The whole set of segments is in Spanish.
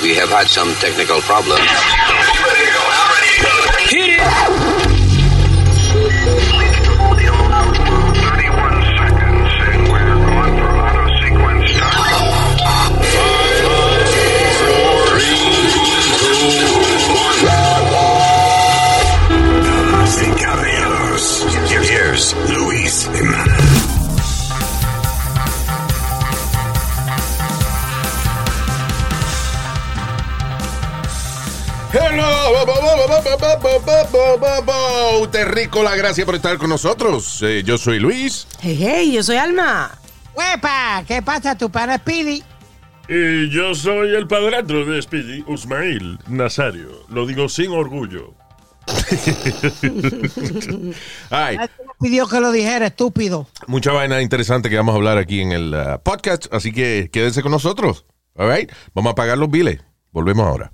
We have had some technical problems. Hit it! 31 seconds, and we're going for auto sequence start. 5, 4, 3, 2, 1. Damas y caballeros, here's Luis Jimenez. Hello, terrícola, gracias por estar con nosotros. Yo soy Luis. Hey, yo soy Alma. ¡Huepa! ¿Qué pasa, tu pana Speedy? Y yo soy el padrastro de Speedy, Usmail Nazario. Lo digo sin orgullo. Ay, Nadie me pidió que lo dijera, estúpido. mucha vaina interesante que vamos a hablar aquí en el podcast, así que quédense con nosotros. All right, vamos a pagar los biles. Volvemos ahora.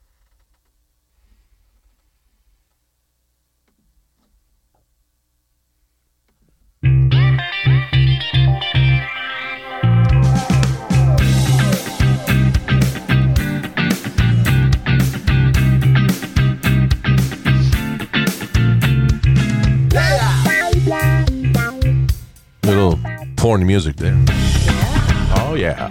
Little porn music there. Oh, yeah.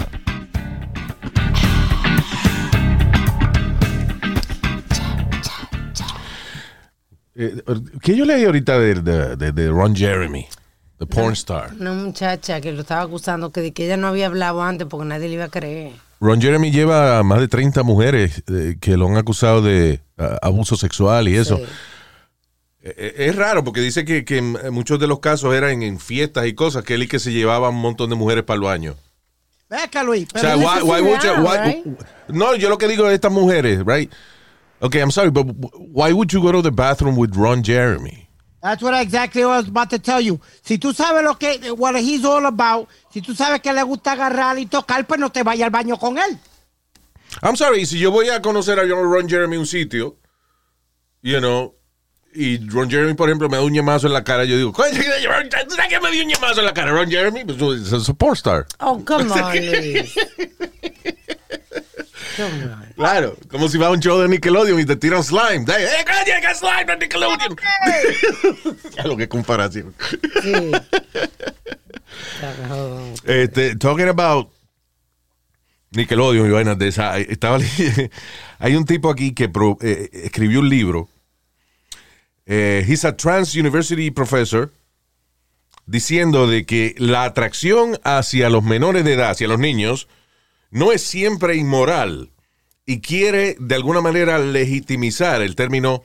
¿Qué yo leí ahorita de Ron Jeremy, the porn star? Una muchacha que lo estaba acusando que ella no había hablado antes porque nadie le iba a creer. Ron Jeremy lleva a más de 30 mujeres que lo han acusado de abuso sexual y eso. Sí. Es raro porque dice que muchos de los casos eran en fiestas y cosas que él y que se llevaba un montón de mujeres para el baño. Ve acá, Luis. O sea, Pero no, yo lo que digo de estas mujeres, right? Okay, I'm sorry, but why would you go to the bathroom with Ron Jeremy? that's what exactly what I was about to tell you. Si tú sabes what he's all about, si tú sabes que le gusta agarrar y tocar, pues no te vayas al baño con él. I'm sorry, si yo voy a conocer a Ron Jeremy en un sitio, you know, y Ron Jeremy, por ejemplo, me da un ñemazo en la cara, yo digo, coño, ¿tú sabes que me dio un ñemazo en la cara, Ron Jeremy? Pues es un porn star. Oh, come on, Luis. Come on. Claro, como si va a un show de Nickelodeon y te tiran slime. ¡Eh, coño, que slime de Nickelodeon! Ya lo que comparación. Sí. Talking about Nickelodeon y vainas de esa. Hay un tipo aquí que escribió un libro. He's a trans university professor, diciendo de que la atracción hacia los menores de edad, hacia los niños, no es siempre inmoral y quiere de alguna manera legitimizar el término,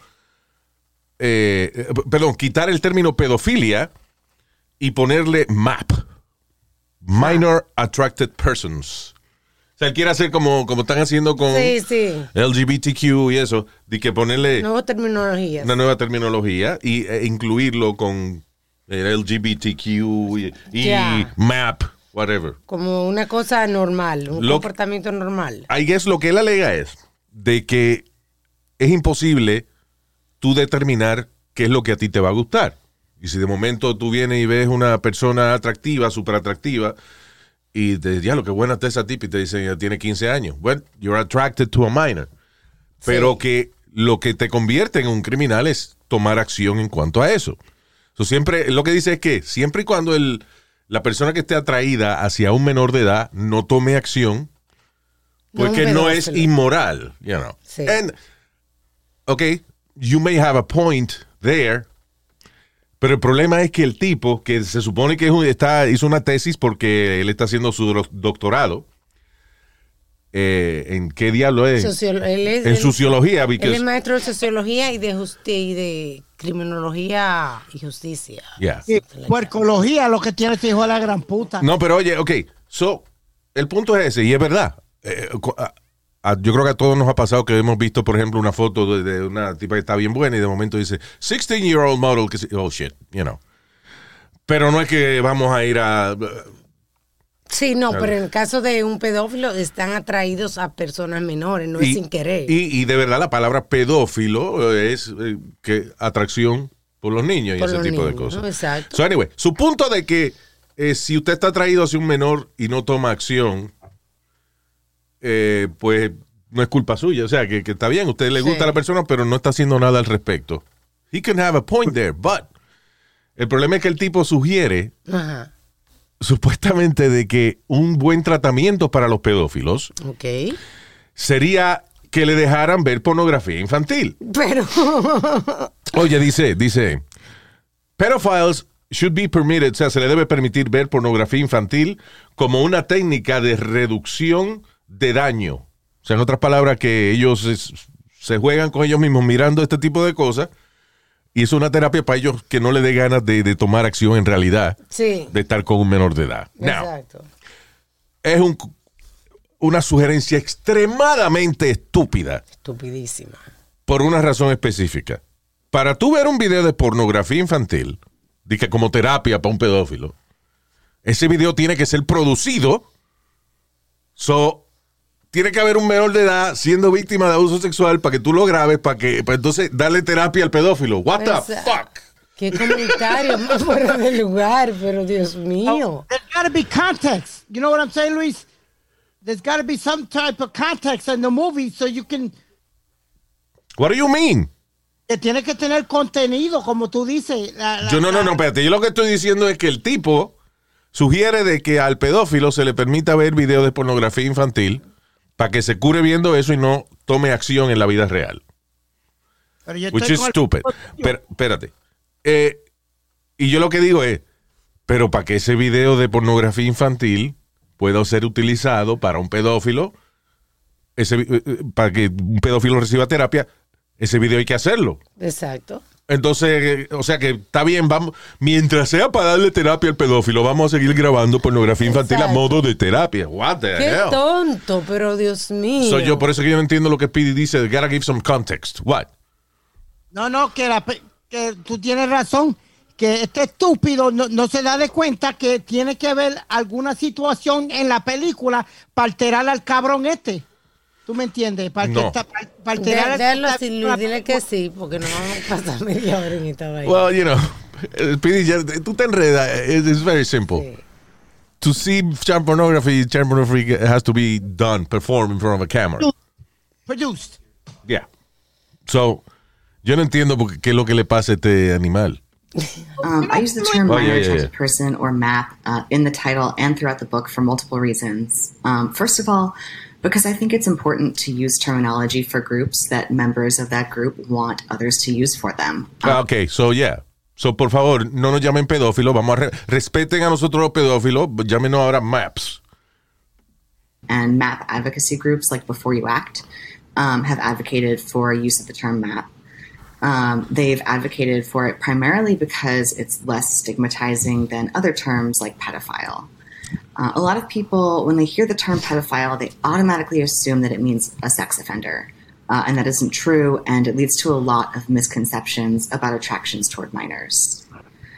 quitar el término pedofilia y ponerle MAP, Minor Attracted Persons. O sea, él quiere hacer como están haciendo con LGBTQ y eso, de que ponerle una nueva terminología y incluirlo con el LGBTQ y MAP, whatever. Como una cosa normal, un comportamiento normal. I guess lo que él alega es de que es imposible tú determinar qué es lo que a ti te va a gustar. Y si de momento tú vienes y ves una persona atractiva, súper atractiva, y te dices, ya, lo que buena está esa tipa, y te dicen, ya tiene 15 años. Well, you're attracted to a minor. Pero que lo que te convierte en un criminal es tomar acción en cuanto a eso. Siempre, lo que dice es que siempre y cuando la persona que esté atraída hacia un menor de edad no tome acción, porque no es inmoral, you know. Sí. And, okay, you may have a point there, pero el problema es que el tipo, que se supone que hizo una tesis porque él está haciendo su doctorado, ¿en qué diablo es? En sociología. Él es maestro de sociología y de criminología y justicia. Yeah. Y puercología, lo que tiene este hijo de la gran puta. No, pero oye, ok, el punto es ese, y es verdad. Yo creo que a todos nos ha pasado que hemos visto, por ejemplo, una foto de una tipa que está bien buena y de momento dice 16-year-old model, oh shit, you know. Pero no es que vamos a ir a... Sí, no, pero en el caso de un pedófilo están atraídos a personas menores, no es sin querer. Y de verdad la palabra pedófilo es atracción por los niños y ese tipo de cosas. ¿No? Exacto. So anyway, su punto de que si usted está atraído hacia un menor y no toma acción, pues no es culpa suya. O sea, que está bien, a usted le gusta a la persona, pero no está haciendo nada al respecto. He can have a point there, but el problema es que el tipo sugiere, supuestamente, de que un buen tratamiento para los pedófilos sería que le dejaran ver pornografía infantil. Pero... Oye, dice, pedophiles should be permitted, o sea, se le debe permitir ver pornografía infantil como una técnica de reducción de daño. O sea, en otras palabras, que ellos se juegan con ellos mismos mirando este tipo de cosas y es una terapia para ellos que no le dé ganas de tomar acción en realidad, de estar con un menor de edad. Exacto. Now, es una sugerencia extremadamente estúpida. Estupidísima. Por una razón específica. Para tú ver un video de pornografía infantil, que como terapia para un pedófilo, ese video tiene que ser producido. Tiene que haber un menor de edad siendo víctima de abuso sexual para que tú lo grabes, para entonces darle terapia al pedófilo. What the fuck? Qué comentario más fuera de lugar, pero Dios mío. There's gotta be context. You know what I'm saying, Luis? There's gotta be some type of context in the movie so you can... What do you mean? Que tiene que tener contenido, como tú dices. No, espérate. Yo lo que estoy diciendo es que el tipo sugiere de que al pedófilo se le permita ver videos de pornografía infantil para que se cure viendo eso y no tome acción en la vida real. Which is stupid. Pero, espérate. Y yo lo que digo es, pero para que ese video de pornografía infantil pueda ser utilizado para un pedófilo, para que un pedófilo reciba terapia, ese video hay que hacerlo. Exacto. Entonces, o sea que está bien, vamos, mientras sea para darle terapia al pedófilo, vamos a seguir grabando pornografía infantil a modo de terapia. What the hell? Qué tonto, pero Dios mío. Soy yo, por eso que yo no entiendo lo que Speedy dice, gotta give some context. What? No, que tú tienes razón, que este estúpido no se da de cuenta que tiene que haber alguna situación en la película para alterar al cabrón este. ¿Tú me entiendes? Para alterar Déjalo así, Luis, dile que sí, porque no vamos a pasar media hora en esta vaina. Well, you know, Speedy, tú te enredas. It's very simple. Sí. To see child pornography has to be done, performed in front of a camera. Produced. Yeah. So, yo no entiendo qué es lo que le pasa a este animal. I use the term minor attracted person or MAP in the title and throughout the book for multiple reasons. First of all, because I think it's important to use terminology for groups that members of that group want others to use for them. Okay, so yeah. So, por favor, no nos llamen pedófilos. Vamos a respeten a nosotros los pedófilos. Llámenos ahora MAPs. And MAP advocacy groups like Before You Act have advocated for use of the term MAP. They've advocated for it primarily because it's less stigmatizing than other terms like pedophile. A lot of people, when they hear the term pedophile, they automatically assume that it means a sex offender. And that isn't true, and it leads to a lot of misconceptions about attractions toward minors.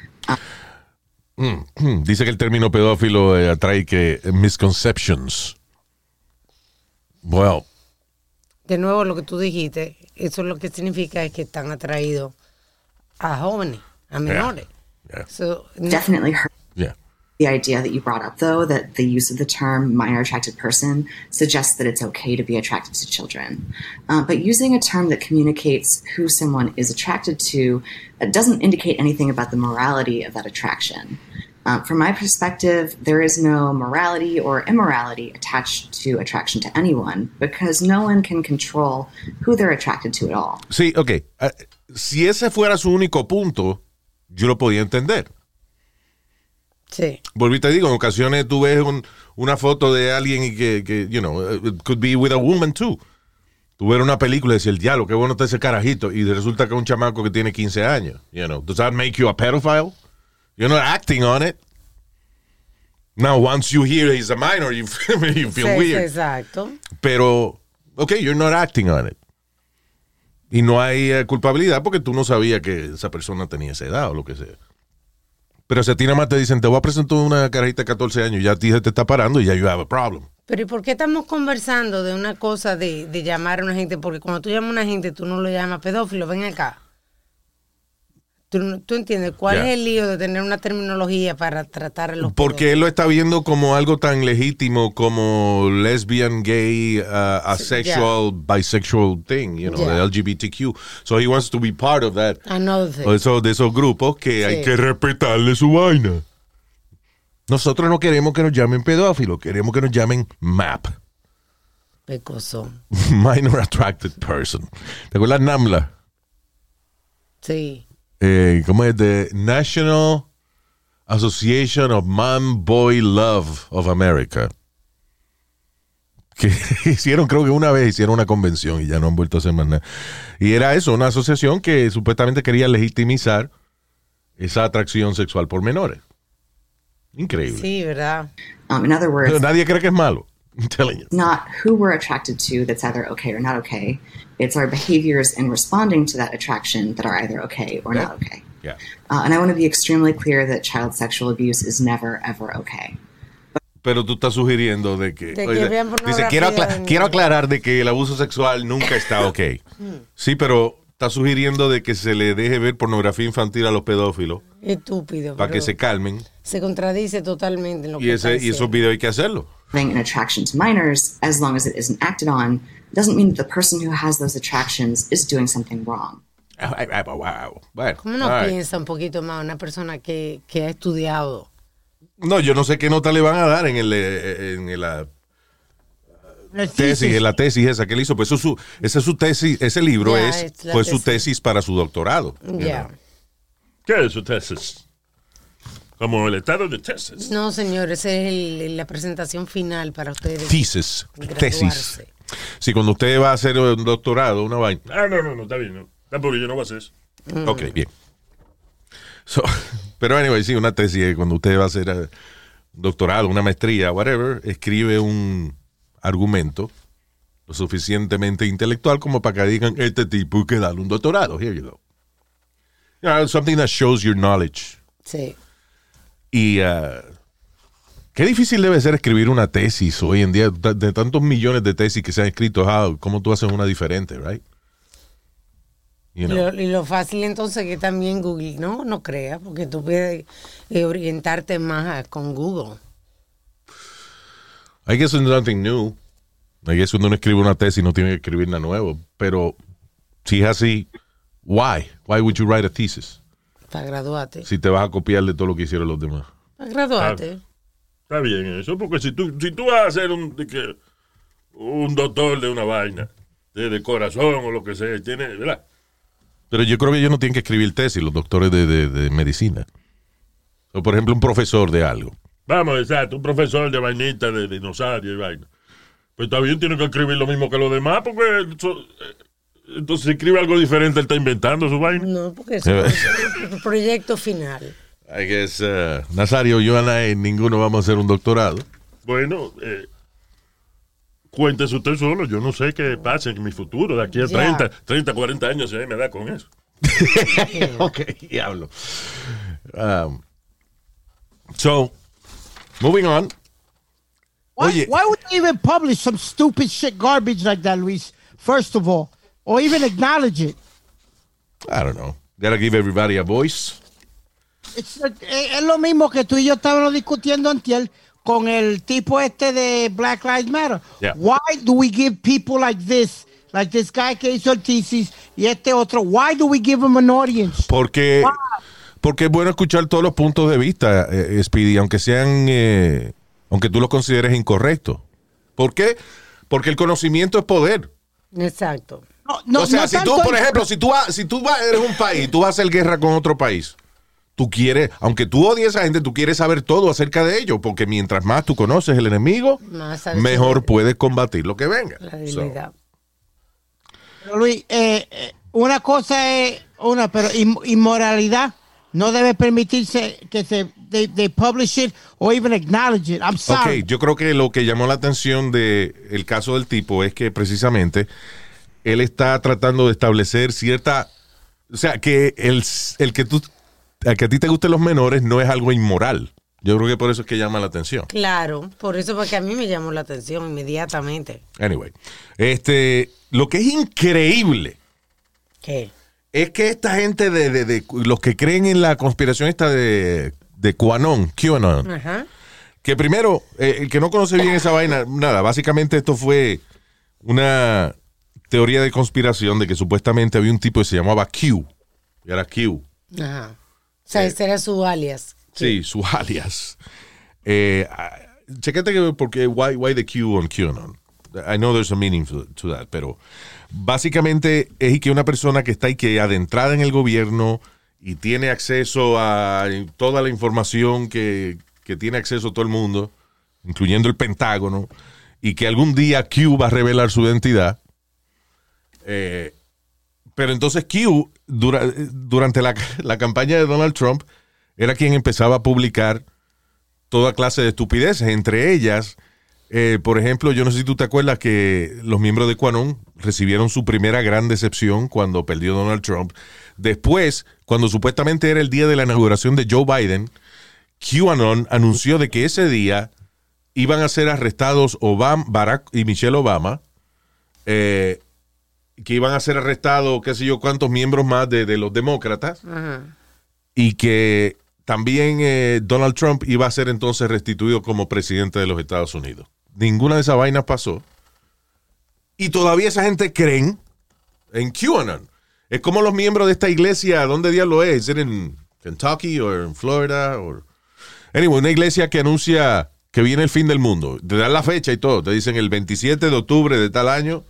Dice que el término pedófilo atrae que misconceptions. Well. De nuevo, lo que tú dijiste, eso lo que significa es que están atraídos a jóvenes, a menores. Yeah. So, definitely heard. Yeah. The idea that you brought up, though, that the use of the term minor attracted person suggests that it's okay to be attracted to children. But using a term that communicates who someone is attracted to doesn't indicate anything about the morality of that attraction. From my perspective, there is no morality or immorality attached to attraction to anyone because no one can control who they're attracted to at all. Sí, ok. Si ese fuera su único punto, yo lo podía entender. Sí. Volví y te digo, en ocasiones tú ves una foto de alguien y que you know, it could be with a woman too. Tú ves una película y dices, el diablo, qué bueno está ese carajito, y resulta que es un chamaco que tiene 15 años. You know, does that make you a pedophile? You're not acting on it. Now, once you hear he's a minor, you feel weird. Exacto. Pero, okay, you're not acting on it. Y no hay culpabilidad porque tú no sabías que esa persona tenía esa edad o lo que sea. Pero si a ti nada más te dicen, te voy a presentar una carajita de 14 años, ya a ti se te está parando y ya you have a problem. Pero ¿y por qué estamos conversando de una cosa de llamar a una gente? Porque cuando tú llamas a una gente, tú no lo llamas pedófilo, ven acá. ¿Tú entiendes cuál Ya. es el lío de tener una terminología para tratar a los Porque él lo está viendo como algo tan legítimo como lesbian, gay, asexual, bisexual thing, you know, Yeah. the LGBTQ. So he wants to be part of that. Another thing. De esos grupos que hay Sí. que respetarle su vaina. Nosotros no queremos que nos llamen pedófilos, queremos que nos llamen MAP. Pecoso. Minor Attracted Person. ¿Te acuerdas NAMLA? Sí. ¿Cómo es? The National Association of Man Boy Love of America. Que hicieron, creo que una vez hicieron una convención y ya no han vuelto a hacer más nada. Y era eso, una asociación que supuestamente quería legitimizar esa atracción sexual por menores. Increíble. Sí, ¿verdad? In other words, Nadie cree que es malo. I'm telling you. not who we're attracted to that's either okay or not okay. It's our behaviors in responding to that attraction that are either okay or not okay. Yeah. And I want to be extremely clear that child sexual abuse is never, ever okay. Pero tú estás sugiriendo de que... De que oye, vean dice, pornografía de quiero niños. aclarar de que el abuso sexual nunca está ok. Sí, pero está sugiriendo de que se le deje ver pornografía infantil a los pedófilos Estúpido. para que pero se calmen. se contradice totalmente en lo Y, que está y esos diciendo. videos hay que hacerlo. Having an attraction to minors, as long as it isn't acted on, doesn't mean that the person who has those attractions is doing something wrong. Wow. Bueno, ¿Cómo no all right. piensa un poquito más una persona que ha estudiado? No, yo no sé qué nota le van a dar en la tesis, en la tesis esa que él hizo. Pues esa es su tesis, ese libro Ya, es la fue su tesis. tesis para su doctorado. Ya. ¿Qué es su tesis? Como el estado de tesis. No, señor, esa es la presentación final para ustedes. Thesis, tesis. graduarse. Sí, cuando usted va a hacer un doctorado, una vaina. No, está bien. No. Tampoco yo no voy a hacer eso. Ok, bien. So, pero anyway, sí, una tesis, cuando usted va a hacer un doctorado, una maestría, whatever, escribe un argumento lo suficientemente intelectual como para que digan, este tipo que darle un doctorado. Here you go. You know, something that shows your knowledge. Sí. Y qué difícil debe ser escribir una tesis hoy en día, de tantos millones de tesis que se han escrito. ¿Cómo tú haces una diferente, right? You know. Y lo fácil entonces que también Google, no crea, porque tú puedes orientarte más con Google. I guess it's nothing new. I guess cuando uno escribe una tesis no tiene que escribir nada nuevo. Pero si es así, why? Why would you write a thesis? Para graduarte. Si te vas a copiar de todo lo que hicieron los demás. Para graduarte. Está bien eso, porque si tú vas a ser un doctor de una vaina, de corazón o lo que sea, tiene, ¿verdad? Pero yo creo que ellos no tienen que escribir tesis, los doctores de medicina. O por ejemplo, un profesor de algo. Vamos, exacto, un profesor de vainita, de dinosaurio y vaina. Pues también tiene que escribir lo mismo que los demás, porque entonces si escribe algo diferente, él está inventando su vaina. No, porque eso es el proyecto final. I guess, Nazario, yo y ninguno vamos a hacer un doctorado. Bueno, cuéntese usted solo, yo no sé qué pasa en mi futuro, de aquí a Ya. 30, 40 años, me da con eso. Ok, diablo. So, moving on. Oye. Why would they even publish some stupid shit garbage like that, Luis? First of all, or even acknowledge it. I don't know. Gotta give everybody a voice. Es lo mismo que tú y yo estábamos discutiendo antier con el tipo este de Black Lives Matter. Yeah. Why do we give people like this guy que hizo el thesis y este otro, why do we give them an audience? Porque es bueno escuchar todos los puntos de vista, Speedy, aunque sean, aunque tú los consideres incorrectos. ¿Por qué? Porque el conocimiento es poder. Exacto. No, o sea, no si tú, tanto por ejemplo, eres un país, tú vas a hacer guerra con otro país, tú quieres, aunque tú odies a esa gente, tú quieres saber todo acerca de ellos, porque mientras más tú conoces el enemigo, Más sabes mejor sobre puedes combatir lo que venga. la debilidad. Pero Luis, una cosa es pero inmoralidad no debe permitirse que they publish it or even acknowledge it. I'm sorry. Ok, yo creo que lo que llamó la atención del caso del tipo es que precisamente él está tratando de establecer cierta, o sea, que el que a ti te gusten los menores no es algo inmoral. Yo creo que por eso es que llama la atención. Claro, por eso porque a mí me llamó la atención inmediatamente. Anyway, lo que es increíble ¿Qué? es que esta gente de los que creen en la conspiración esta de QAnon, Ajá. que primero, el que no conoce bien esa vaina, nada, básicamente esto fue una teoría de conspiración de que supuestamente había un tipo que se llamaba Q, y era Q. Ajá. O sea, ese era su alias. Sí, su alias. Chequete porque why the Q on QAnon. I know there's a meaning to that, pero básicamente es que una persona que está ahí que adentrada en el gobierno y tiene acceso a toda la información que tiene acceso todo el mundo, incluyendo el Pentágono, y que algún día Q va a revelar su identidad. Pero entonces Q, durante la campaña de Donald Trump, era quien empezaba a publicar toda clase de estupideces, entre ellas, por ejemplo, yo no sé si tú te acuerdas que los miembros de QAnon recibieron su primera gran decepción cuando perdió Donald Trump. Después, cuando supuestamente era el día de la inauguración de Joe Biden, QAnon anunció de que ese día iban a ser arrestados Barack y Michelle Obama, que iban a ser arrestados, qué sé yo, cuántos miembros más de los demócratas, Ajá. y que también Donald Trump iba a ser entonces restituido como presidente de los Estados Unidos. Ninguna de esas vainas pasó. Y todavía esa gente creen en QAnon. Es como los miembros de esta iglesia, ¿dónde diablo es? ¿Es en Kentucky o en Florida? Anyway, una iglesia que anuncia que viene el fin del mundo. Te dan la fecha y todo. Te dicen el 27 de octubre de tal año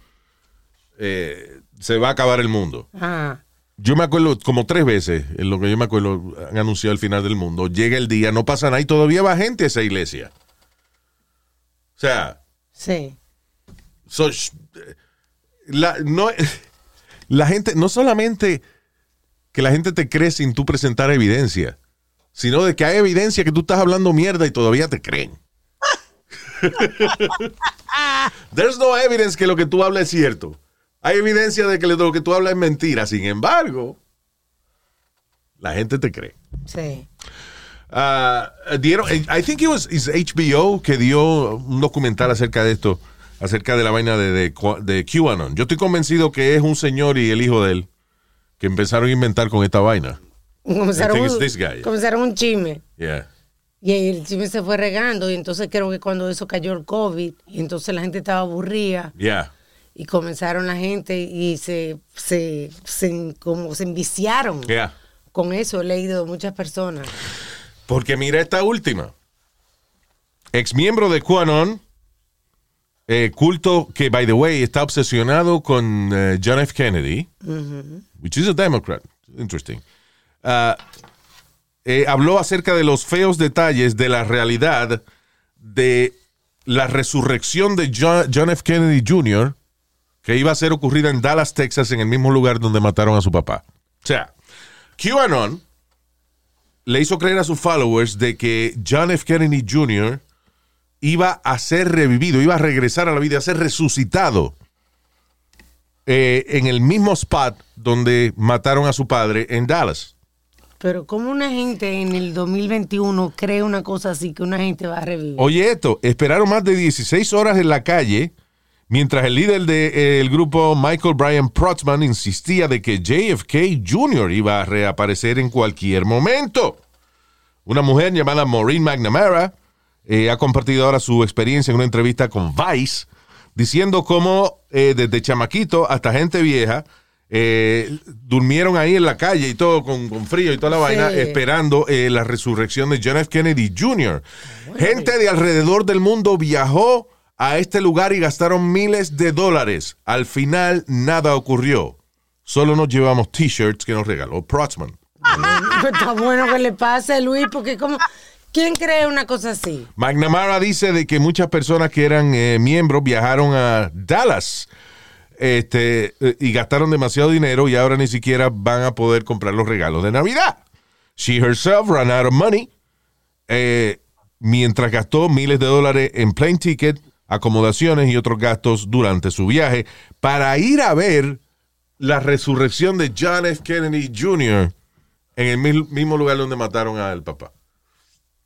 se va a acabar el mundo. Ajá. Yo me acuerdo como 3 veces, en lo que yo me acuerdo, han anunciado el final del mundo. Llega el día, no pasa nada y todavía va gente a esa iglesia. O sea, Sí. La gente, no solamente que la gente te cree sin tú presentar evidencia, sino de que hay evidencia que tú estás hablando mierda y todavía te creen. There's no evidence que lo que tú hablas es cierto. Hay evidencia de que lo que tú hablas es mentira. Sin embargo, la gente te cree. Sí. I think it was HBO que dio un documental acerca de esto, acerca de la vaina de QAnon. Yo estoy convencido que es un señor y el hijo de él que empezaron a inventar con esta vaina. Comenzaron un chisme. Yeah. Y el chisme se fue regando. Y entonces creo que cuando eso cayó el COVID, y entonces la gente estaba aburrida. Yeah. Y comenzaron la gente y se enviciaron Yeah. con eso. He leído de muchas personas. Porque mira esta última. Ex miembro de QAnon, culto que, by the way, está obsesionado con John F. Kennedy, which is a Democrat. Interesting. Habló acerca de los feos detalles de la realidad de la resurrección de John F. Kennedy Jr., que iba a ser ocurrida en Dallas, Texas, en el mismo lugar donde mataron a su papá. O sea, QAnon le hizo creer a sus followers de que John F. Kennedy Jr. iba a ser revivido, iba a regresar a la vida, a ser resucitado en el mismo spot donde mataron a su padre en Dallas. Pero ¿cómo una gente en el 2021 cree una cosa así, que una gente va a revivir? Oye esto, esperaron más de 16 horas en la calle mientras el líder del grupo, Michael Brian Protzman, insistía de que JFK Jr. iba a reaparecer en cualquier momento. Una mujer llamada Maureen McNamara ha compartido ahora su experiencia en una entrevista con Vice, diciendo cómo desde chamaquito hasta gente vieja durmieron ahí en la calle y todo con frío y toda la vaina, esperando la resurrección de John F. Kennedy Jr. Gente de alrededor del mundo viajó a este lugar y gastaron miles de dólares. Al final, nada ocurrió. Solo nos llevamos t-shirts que nos regaló Protzman. Está bueno que le pase, Luis, porque como... ¿Quién cree una cosa así? McNamara dice de que muchas personas que eran miembros viajaron a Dallas y gastaron demasiado dinero y ahora ni siquiera van a poder comprar los regalos de Navidad. She herself ran out of money mientras gastó miles de dólares en plane ticket, acomodaciones y otros gastos durante su viaje para ir a ver la resurrección de John F. Kennedy Jr. en el mismo lugar donde mataron al papá.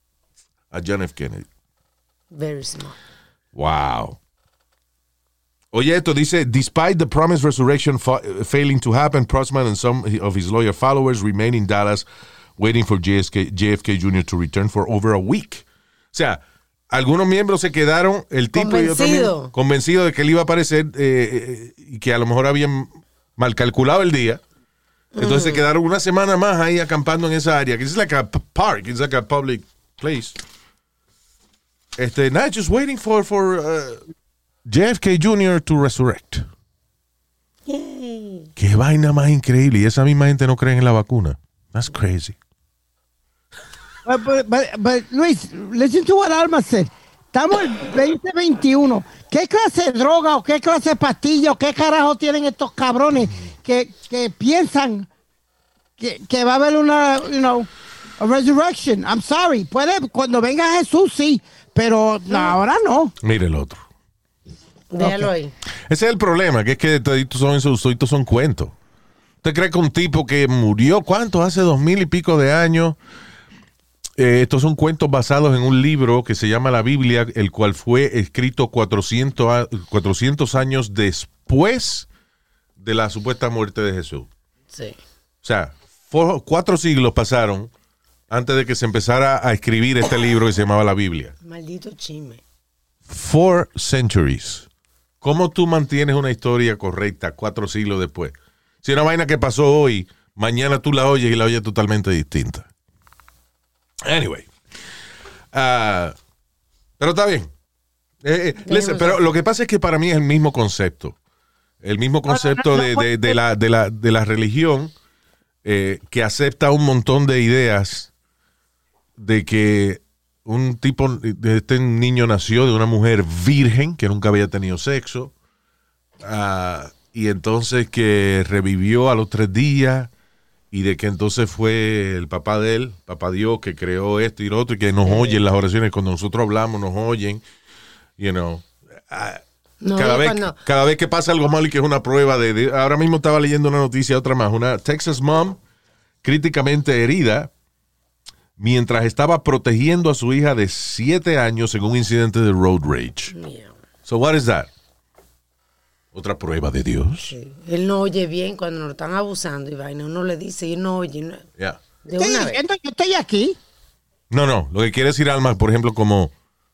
A John F. Kennedy. Very smart. Wow. Oye, esto dice, despite the promised resurrection failing to happen, Prossman and some of his lawyer followers remain in Dallas waiting for JFK Jr. to return for over a week. O sea, algunos miembros se quedaron, el tipo y otro miembro, convencidos de que él iba a aparecer y que a lo mejor habían mal calculado el día. Entonces se quedaron una semana más ahí acampando en esa área, que es like a park, it's like a public place. Nah, just waiting for JFK Jr. to resurrect. Yay. Qué vaina más increíble. Y esa misma gente no cree en la vacuna. That's crazy. But Luis, listen to what Alma said. Estamos en 2021. ¿Qué clase de droga o qué clase de pastilla o qué carajo tienen estos cabrones que piensan que va a haber una, a resurrection? I'm sorry. Puede, cuando venga Jesús, sí, pero ahora no. Mire el otro. Déjalo ahí. Ese es el problema, que es que toditos son cuentos. ¿Usted cree que un tipo que murió, ¿cuánto? Hace 2000 y pico de años. Estos son cuentos basados en un libro que se llama la Biblia, el cual fue escrito 400 años después de la supuesta muerte de Jesús. Sí. O sea, 4 siglos pasaron antes de que se empezara a escribir este libro que se llamaba la Biblia. Maldito chisme. 4 centuries. ¿Cómo tú mantienes una historia correcta 4 siglos después? Si una vaina que pasó hoy, mañana tú la oyes y la oyes totalmente distinta. Anyway. Pero está bien. Listen, pero lo que pasa es que para mí es el mismo concepto. El mismo concepto de la religión que acepta un montón de ideas de que un niño nació de una mujer virgen que nunca había tenido sexo y entonces que revivió a los 3 días y de que entonces fue el papá de él, papá Dios, que creó esto y lo otro y que nos oyen las oraciones cuando nosotros hablamos, nos oyen, cada vez que pasa algo malo y que es una prueba ahora mismo estaba leyendo una noticia, otra más, una Texas mom críticamente herida mientras estaba protegiendo a su hija de 7 años en un incidente de road rage. Yeah. So what is that? Otra prueba de Dios. Sí. Él no oye bien cuando nos están abusando y vaina. Uno le dice y no oye. No. Yeah. De una vez. Yo estoy aquí. No. Lo que quiere decir Alma, por ejemplo, como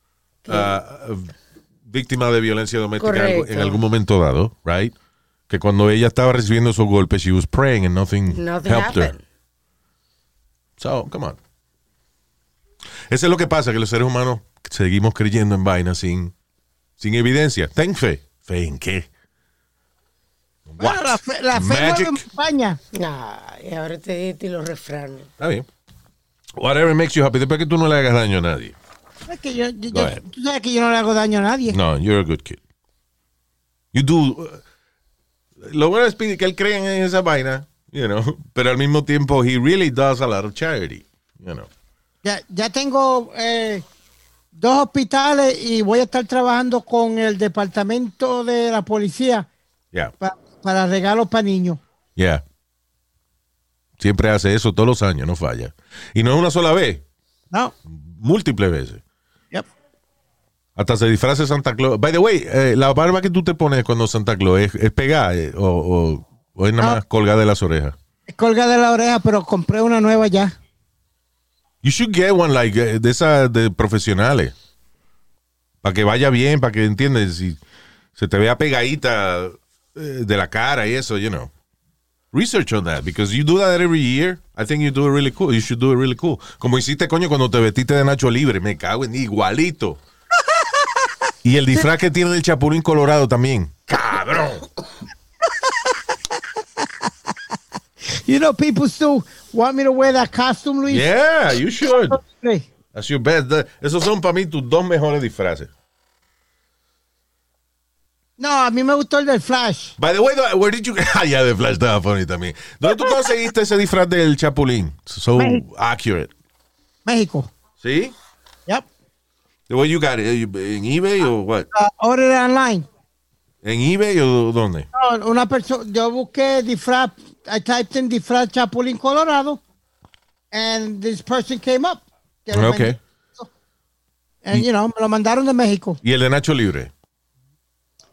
víctima de violencia doméstica en algún momento dado, right? Que cuando ella estaba recibiendo esos golpes, she was praying and nothing helped her. So, come on. Eso es lo que pasa, que los seres humanos seguimos creyendo en vainas sin evidencia. Ten fe. ¿Fe en qué? Bueno, la fe Magic. mueve montaña. Y ahora te y los refranes. Está bien. Whatever makes you happy. Después que tú no le hagas daño a nadie. Es que tú sabes que yo no le hago daño a nadie. No, you're a good kid. You do. Lo bueno es que él cree en esa vaina, pero al mismo tiempo, he really does a lot of charity, Ya tengo 2 hospitales y voy a estar trabajando con el departamento de la policía para regalos para niños. Yeah. Siempre hace eso todos los años, no falla. Y no es una sola vez. No. Múltiples veces. Yep. Hasta se disfraza de Santa Claus. By the way, la barba que tú te pones cuando Santa Claus es pegada o es nada más colgada de las orejas. Es colgada de la oreja, pero compré una nueva ya. You should get one like de esas de profesionales. Para que vaya bien, para que entiendes, si se te vea pegadita de la cara y eso, Research on that, because you do that every year. I think you do it really cool. You should do it really cool. Como hiciste, coño, cuando te vestiste de Nacho Libre. Me cago en igualito. Y el disfraz que tiene del Chapulín Colorado también. ¡Cabrón! People still want me to wear that costume, Luis. Yeah, you should. That's your best. Esos son para mí tus 2 mejores disfraces. No, a mí me gustó el del Flash. By the way, where did you... ya, de Flash estaba funny también. ¿Dónde tú conseguiste ese disfraz del Chapulín? So México. Accurate. México. ¿Sí? Yep. Where you got it? ¿En eBay o what? Order online. ¿En eBay o dónde? No, una persona... Yo busqué disfraz... I typed in disfraz Chapulín Colorado and this person came up. Okay. And, me lo mandaron de México. ¿Y el de Nacho Libre?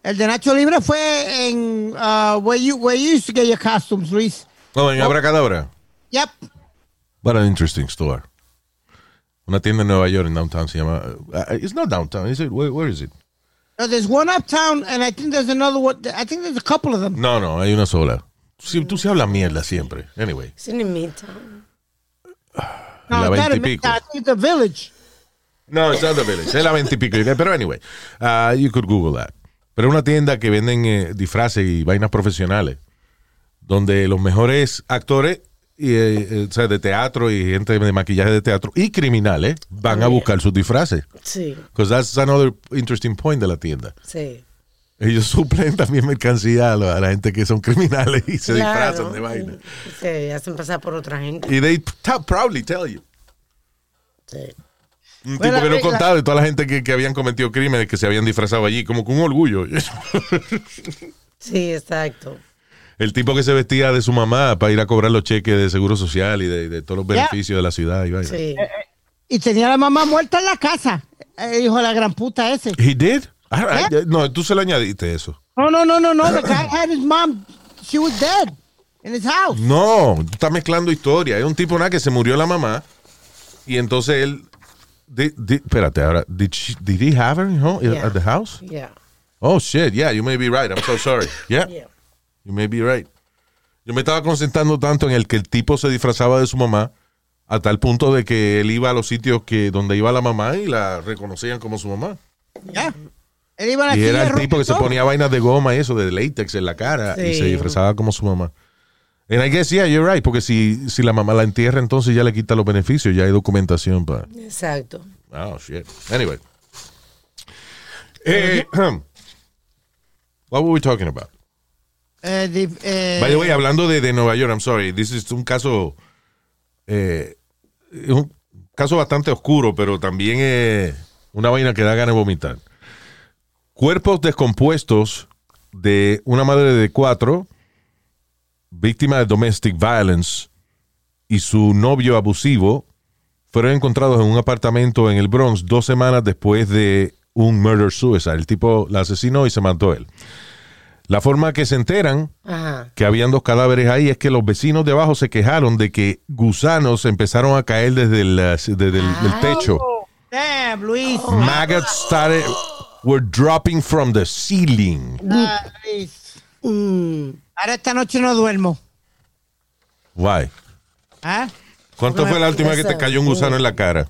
El de Nacho Libre fue en where you used to get your costumes, Luis. Oh, en Abracadabra. Yep. What an interesting store. Una tienda en Nueva York, en downtown, se llama... it's not downtown, is it? Where is it? There's one uptown, and I think there's another one. I think there's a couple of them. No, hay una sola. Tú sí hablas mierda siempre. Anyway. Es en Midtown. No, la that 20 y is pico. I think the Village. No, it's not the Village. Es la 20 y pico. Pero anyway, you could Google that. Pero es una tienda que venden disfraces y vainas profesionales, donde los mejores actores o sea, de teatro y gente de maquillaje de teatro y criminales van a buscar sus disfraces. Sí. Because that's another interesting point de la tienda. Sí. Ellos suplen también mercancía a la gente que son criminales y se disfrazan de vaina. Se hacen pasar por otra gente. Y they proudly tell you. Sí. Un tipo que no contaba de toda la gente que habían cometido crímenes, que se habían disfrazado allí, como con un orgullo. Sí, exacto. El tipo que se vestía de su mamá para ir a cobrar los cheques de seguro social y de todos los beneficios de la ciudad. Y vaina. Sí. Y tenía a la mamá muerta en la casa. El hijo de la gran puta ese. He did? No, tú se lo añadiste eso. No. The guy had his mom. She was dead in his house. No, tú estás mezclando historia. Es un tipo que se murió la mamá y entonces él... espérate, ahora, did he have her at the house? Yeah. Oh, shit, yeah, you may be right. I'm so sorry. Yeah. You may be right. Yo me estaba concentrando tanto en el que el tipo se disfrazaba de su mamá a tal punto de que él iba a los sitios donde iba la mamá y la reconocían como su mamá. Yeah. Él iba a Y era el tipo que se ponía vainas de goma y eso, de látex en la cara y se disfrazaba como su mamá. And I guess, yeah, you're right, porque si la mamá la entierra, entonces ya le quita los beneficios, ya hay documentación para... Exacto. Oh, shit. Anyway. What were we talking about? By the way, hablando de Nueva York, I'm sorry, this is un caso bastante oscuro, pero también una vaina que da ganas de vomitar. Cuerpos descompuestos de una madre de 4, víctima de domestic violence, y su novio abusivo fueron encontrados en un apartamento en el Bronx 2 semanas después de un murder-suicide. El tipo la asesinó y se mató él. La forma que se enteran que habían 2 cadáveres ahí es que los vecinos de abajo se quejaron de que gusanos empezaron a caer desde el techo. Damn, Luis. Maggots were dropping from the ceiling. Luis. Ahora esta noche no duermo. Why? ¿Ah? ¿Cuánto fue la última vez que te cayó un gusano en la cara?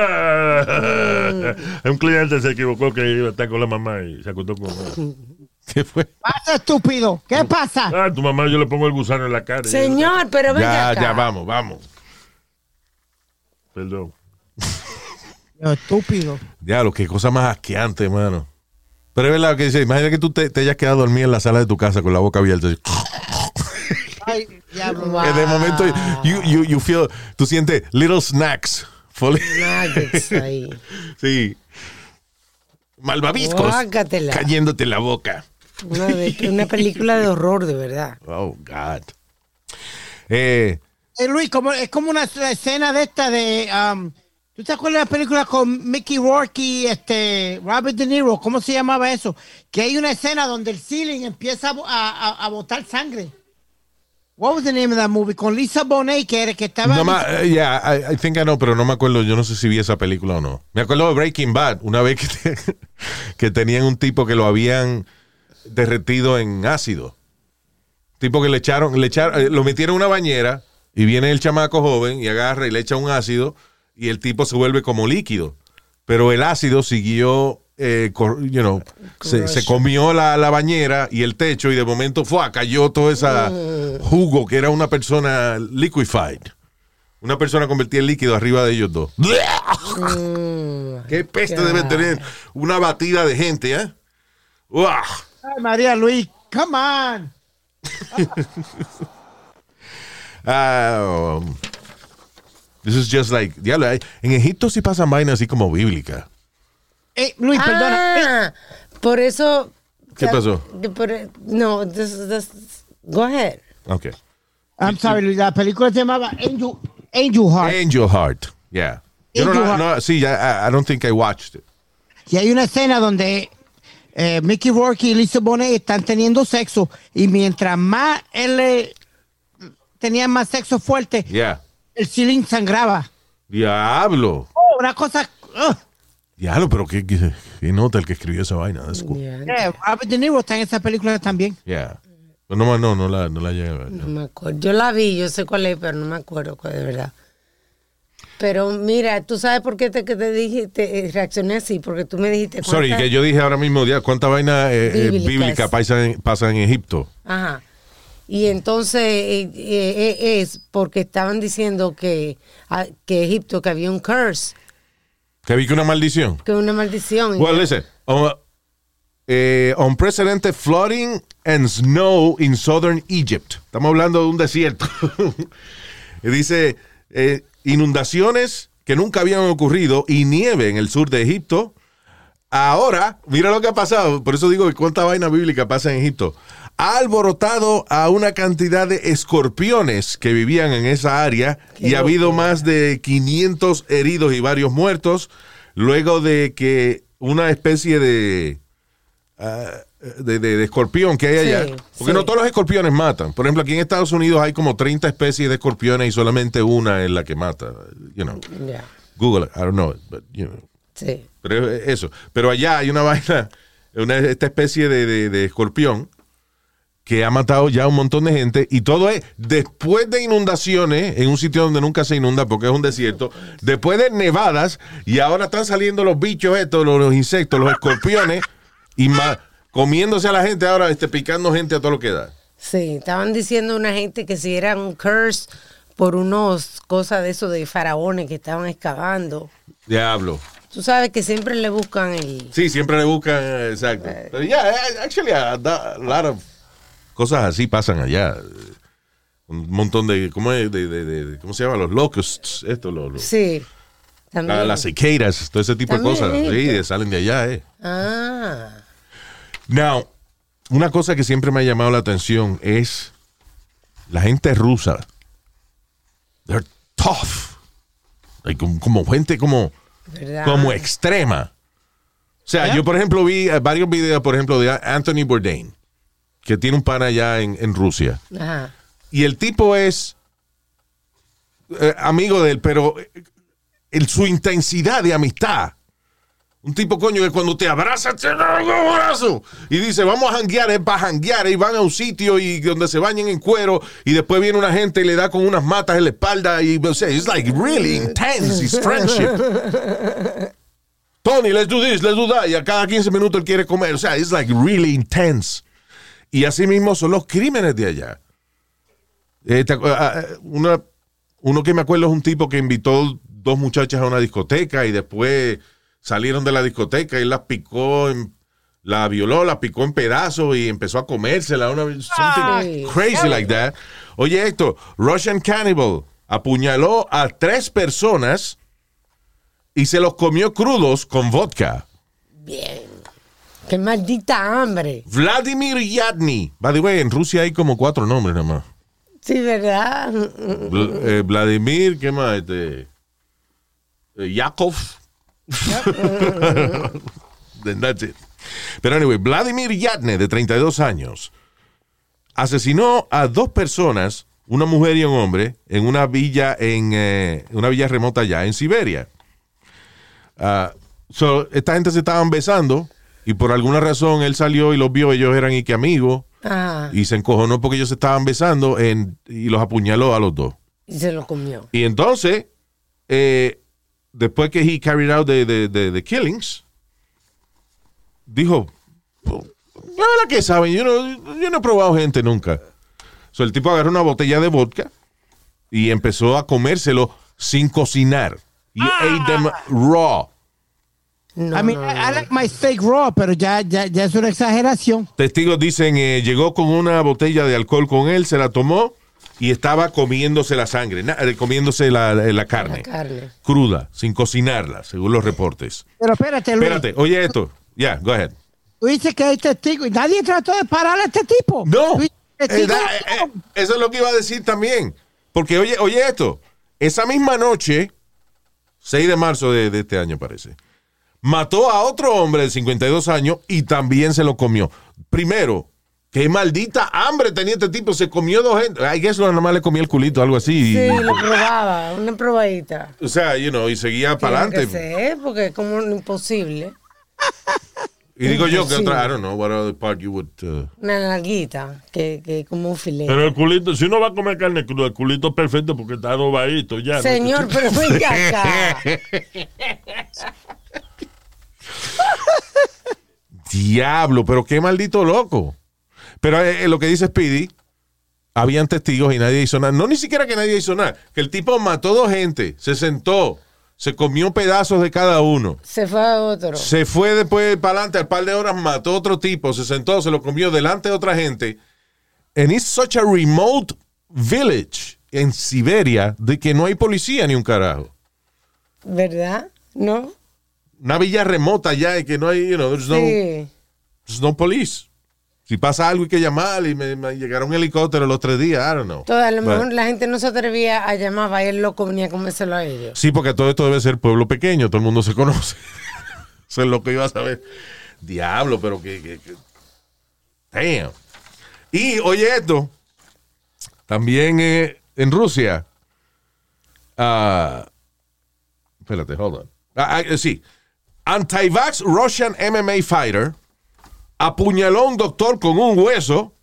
Un cliente se equivocó que iba a estar con la mamá y se acostó con ella. ¿Qué fue? Pasa, estúpido. ¿Qué pasa? Tu mamá, yo le pongo el gusano en la cara. Señor, pero venga acá. Ya, vamos. Perdón. Estúpido. Ya, qué cosa más asqueante, mano. Pero es verdad que dice, imagina que tú te hayas quedado dormido en la sala de tu casa con la boca abierta. Ay, diablo. Wow. En el momento, you feel, tú sientes little snacks. Nuggets ahí. Sí. Malvaviscos. Guácatela. Cayéndote en la boca. Una película de horror, de verdad. Oh, God. Luis, es como una escena de esta de... ¿tú te acuerdas de la película con Mickey Rourke y Robert De Niro? ¿Cómo se llamaba eso? Que hay una escena donde el ceiling empieza a botar sangre. What was the name of that movie? Con Lisa Bonet, que estaba... No, I think I know, pero no me acuerdo. Yo no sé si vi esa película o no. Me acuerdo de Breaking Bad. Una vez que tenían un tipo que lo habían derretido en ácido. Tipo que le echaron, lo metieron en una bañera y viene el chamaco joven y agarra y le echa un ácido y el tipo se vuelve como líquido. Pero el ácido siguió... se comió la bañera y el techo y de momento cayó todo ese jugo que era una persona liquefied. Una persona convertida en líquido arriba de ellos 2. Qué peste debe tener una batida de gente, ¿eh? Ay, María Luis, come on. This is just like, diablo, en Egipto sí pasan vainas así como bíblicas. Luis, perdona. Por eso... ¿Qué pasó? No, go ahead. Okay. I'm sorry, Luis, la película se llamaba Angel Heart. Angel Heart, yeah. Yo no, sí, I don't think I watched it. Y hay una escena donde Mickey Rourke y Lisa Bonet están teniendo sexo y mientras más él tenía más sexo fuerte, el ceiling sangraba. Diablo. Oh, una cosa... Diablo, pero qué nota el que escribió esa vaina. That's cool. Robert De Niro está en esa película también. No la llegué a ver. No me acuerdo. Yo la vi, yo sé cuál es, pero no me acuerdo cuál de verdad. Pero mira, ¿tú sabes por qué te dije, reaccioné así? Porque tú me dijiste... Sorry, que yo dije ahora mismo, ¿cuánta vaina bíblica pasa en Egipto? Ajá. Y entonces es porque estaban diciendo que Egipto, que había un curse. Que había una maldición. Que una maldición. Well, listen. Unprecedented flooding and snow in southern Egypt. Estamos hablando de un desierto. Dice, inundaciones que nunca habían ocurrido y nieve en el sur de Egipto. Ahora, mira lo que ha pasado. Por eso digo que cuánta vaina bíblica pasa en Egipto. Ha alborotado a una cantidad de escorpiones que vivían en esa área y ha habido más de 500 heridos y varios muertos luego de que una especie de escorpión que hay allá. Porque no todos los escorpiones matan. Por ejemplo, aquí en Estados Unidos hay como 30 especies de escorpiones y solamente una es la que mata. You know. Google it. I don't know. But, you know. Sí. Pero eso. Pero allá hay una vaina, esta especie de escorpión que ha matado ya un montón de gente y todo es después de inundaciones en un sitio donde nunca se inunda porque es un desierto, después de nevadas y ahora están saliendo los bichos estos, los insectos, los escorpiones y comiéndose a la gente ahora, picando gente a todo lo que da. Sí, estaban diciendo una gente que si era un curse por unos cosas de eso de faraones que estaban excavando. Diablo. Tú sabes que siempre le buscan el... Sí, siempre le buscan, exacto. Pero actually a lot of cosas así pasan allá. Un montón de, ¿cómo se llama? Los locusts, sí, también. Las cicadas, todo ese tipo también de cosas. Sí, salen de allá, Ah. Now, una cosa que siempre me ha llamado la atención es la gente rusa. They're tough. Like, como gente como extrema. O sea, yo por ejemplo vi varios videos, por ejemplo, de Anthony Bourdain, que tiene un pana allá en Rusia. Ajá. Y el tipo es amigo de él, pero su intensidad de amistad. Un tipo, coño, que cuando te abraza, te da un abrazo. Y dice, vamos a janguear, es para janguear. Y van a un sitio y donde se bañen en cuero. Y después viene una gente y le da con unas matas en la espalda. Y o sea, it's like really intense, his friendship. Tony, let's do this, let's do that. Y a cada 15 minutos él quiere comer. O sea, it's like really intense. Y así mismo son los crímenes de allá. Uno que me acuerdo es un tipo que invitó dos muchachas a una discoteca y después salieron de la discoteca y las picó, la violó, las picó en pedazos y empezó a comérsela. Something crazy like that. Oye, esto, Russian Cannibal apuñaló a 3 personas y se los comió crudos con vodka. Bien. ¡Qué maldita hambre! Vladimir Yadny. By the way, en Rusia hay como 4 nombres nada más. Sí, ¿verdad? Vladimir, ¿qué más? Yakov. That's it. Pero anyway, Vladimir Yadny, de 32 años, asesinó a 2 personas, una mujer y un hombre, en una villa una villa remota allá en Siberia. Esta gente se estaban besando y por alguna razón él salió y los vio, ellos eran y que amigos, y se encojonó porque ellos se estaban besando y los apuñaló a los 2. Y se los comió. Y entonces, después que he carried out the killings, dijo, la verdad que saben, yo no he probado gente nunca. So, el tipo agarró una botella de vodka y empezó a comérselo sin cocinar. Y ate them raw. No, I like my steak raw, pero ya es una exageración. Testigos dicen, llegó con una botella de alcohol con él, se la tomó y estaba comiéndose la sangre, comiéndose la carne cruda, sin cocinarla, según los reportes. Pero espérate, Luis. Espérate, oye esto. Yeah, go ahead. Tú dices que hay testigos y nadie trató de parar a este tipo. No. Eso es lo que iba a decir también. Porque oye esto. Esa misma noche, 6 de marzo de este año parece, mató a otro hombre de 52 años y también se lo comió. Primero, qué maldita hambre tenía este tipo. Se comió 2 gente. I guess nada más le comía el culito, algo así. Sí, lo probaba, una probadita. O sea, y seguía para Tiene adelante. que ser, porque es como imposible. Y digo yo que Sí. otra, I don't know, what other part you would... Una nalguita, que como un filete. Pero el culito, si uno va a comer carne cruda, el culito es perfecto porque está adobadito ya. ¿no? Señor, pero venga acá. Diablo, pero qué maldito loco. Pero lo que dice Speedy, habían testigos y nadie hizo nada. No, ni siquiera que nadie hizo nada. Que el tipo mató 2 gente, se sentó, se comió pedazos de cada uno. Se fue a otro. Se fue después para adelante, al par de horas mató a otro tipo, se sentó, se lo comió delante de otra gente. And it's such a remote village en Siberia de que no hay policía ni un carajo. ¿Verdad? ¿No? Una villa remota ya y que no hay, Sí. there's no police. Si pasa algo hay que llamar y me llegaron un helicóptero los 3 días, I don't know. A lo mejor But- la gente no se atrevía a llamar, y el loco venía a comérselo a ellos. Sí, porque todo esto debe ser pueblo pequeño, todo el mundo se conoce. Eso es lo que iba a saber. Diablo, pero que... Damn. Y, oye esto, también en Rusia, espérate, hold on. Sí, anti-vax Russian MMA fighter apuñaló a un doctor con un hueso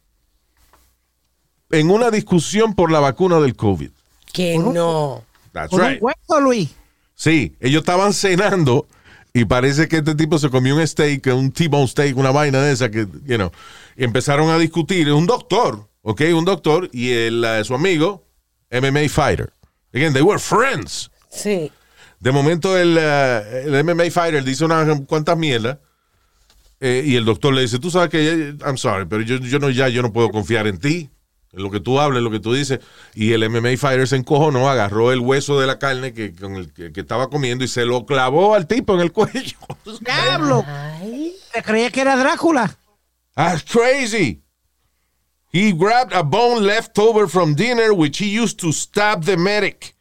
en una discusión por la vacuna del COVID. Que no. That's Con un right. hueso, Luis. Sí, ellos estaban cenando y parece que este tipo se comió un steak, un T-bone steak, una vaina de esa que, y empezaron a discutir. Un doctor, ¿ok? Un doctor y su amigo, MMA fighter. Again, they were friends. Sí. De momento el MMA fighter dice unas cuantas mierdas y el doctor le dice, tú sabes que, I'm sorry, pero yo no puedo confiar en ti. En lo que tú hablas, en lo que tú dices. Y el MMA fighter se encojonó, agarró el hueso de la carne con el que estaba comiendo y se lo clavó al tipo en el cuello. ¡Diablo! Ay. Te creía que era Drácula. That's crazy. He grabbed a bone left over from dinner which he used to stab the medic.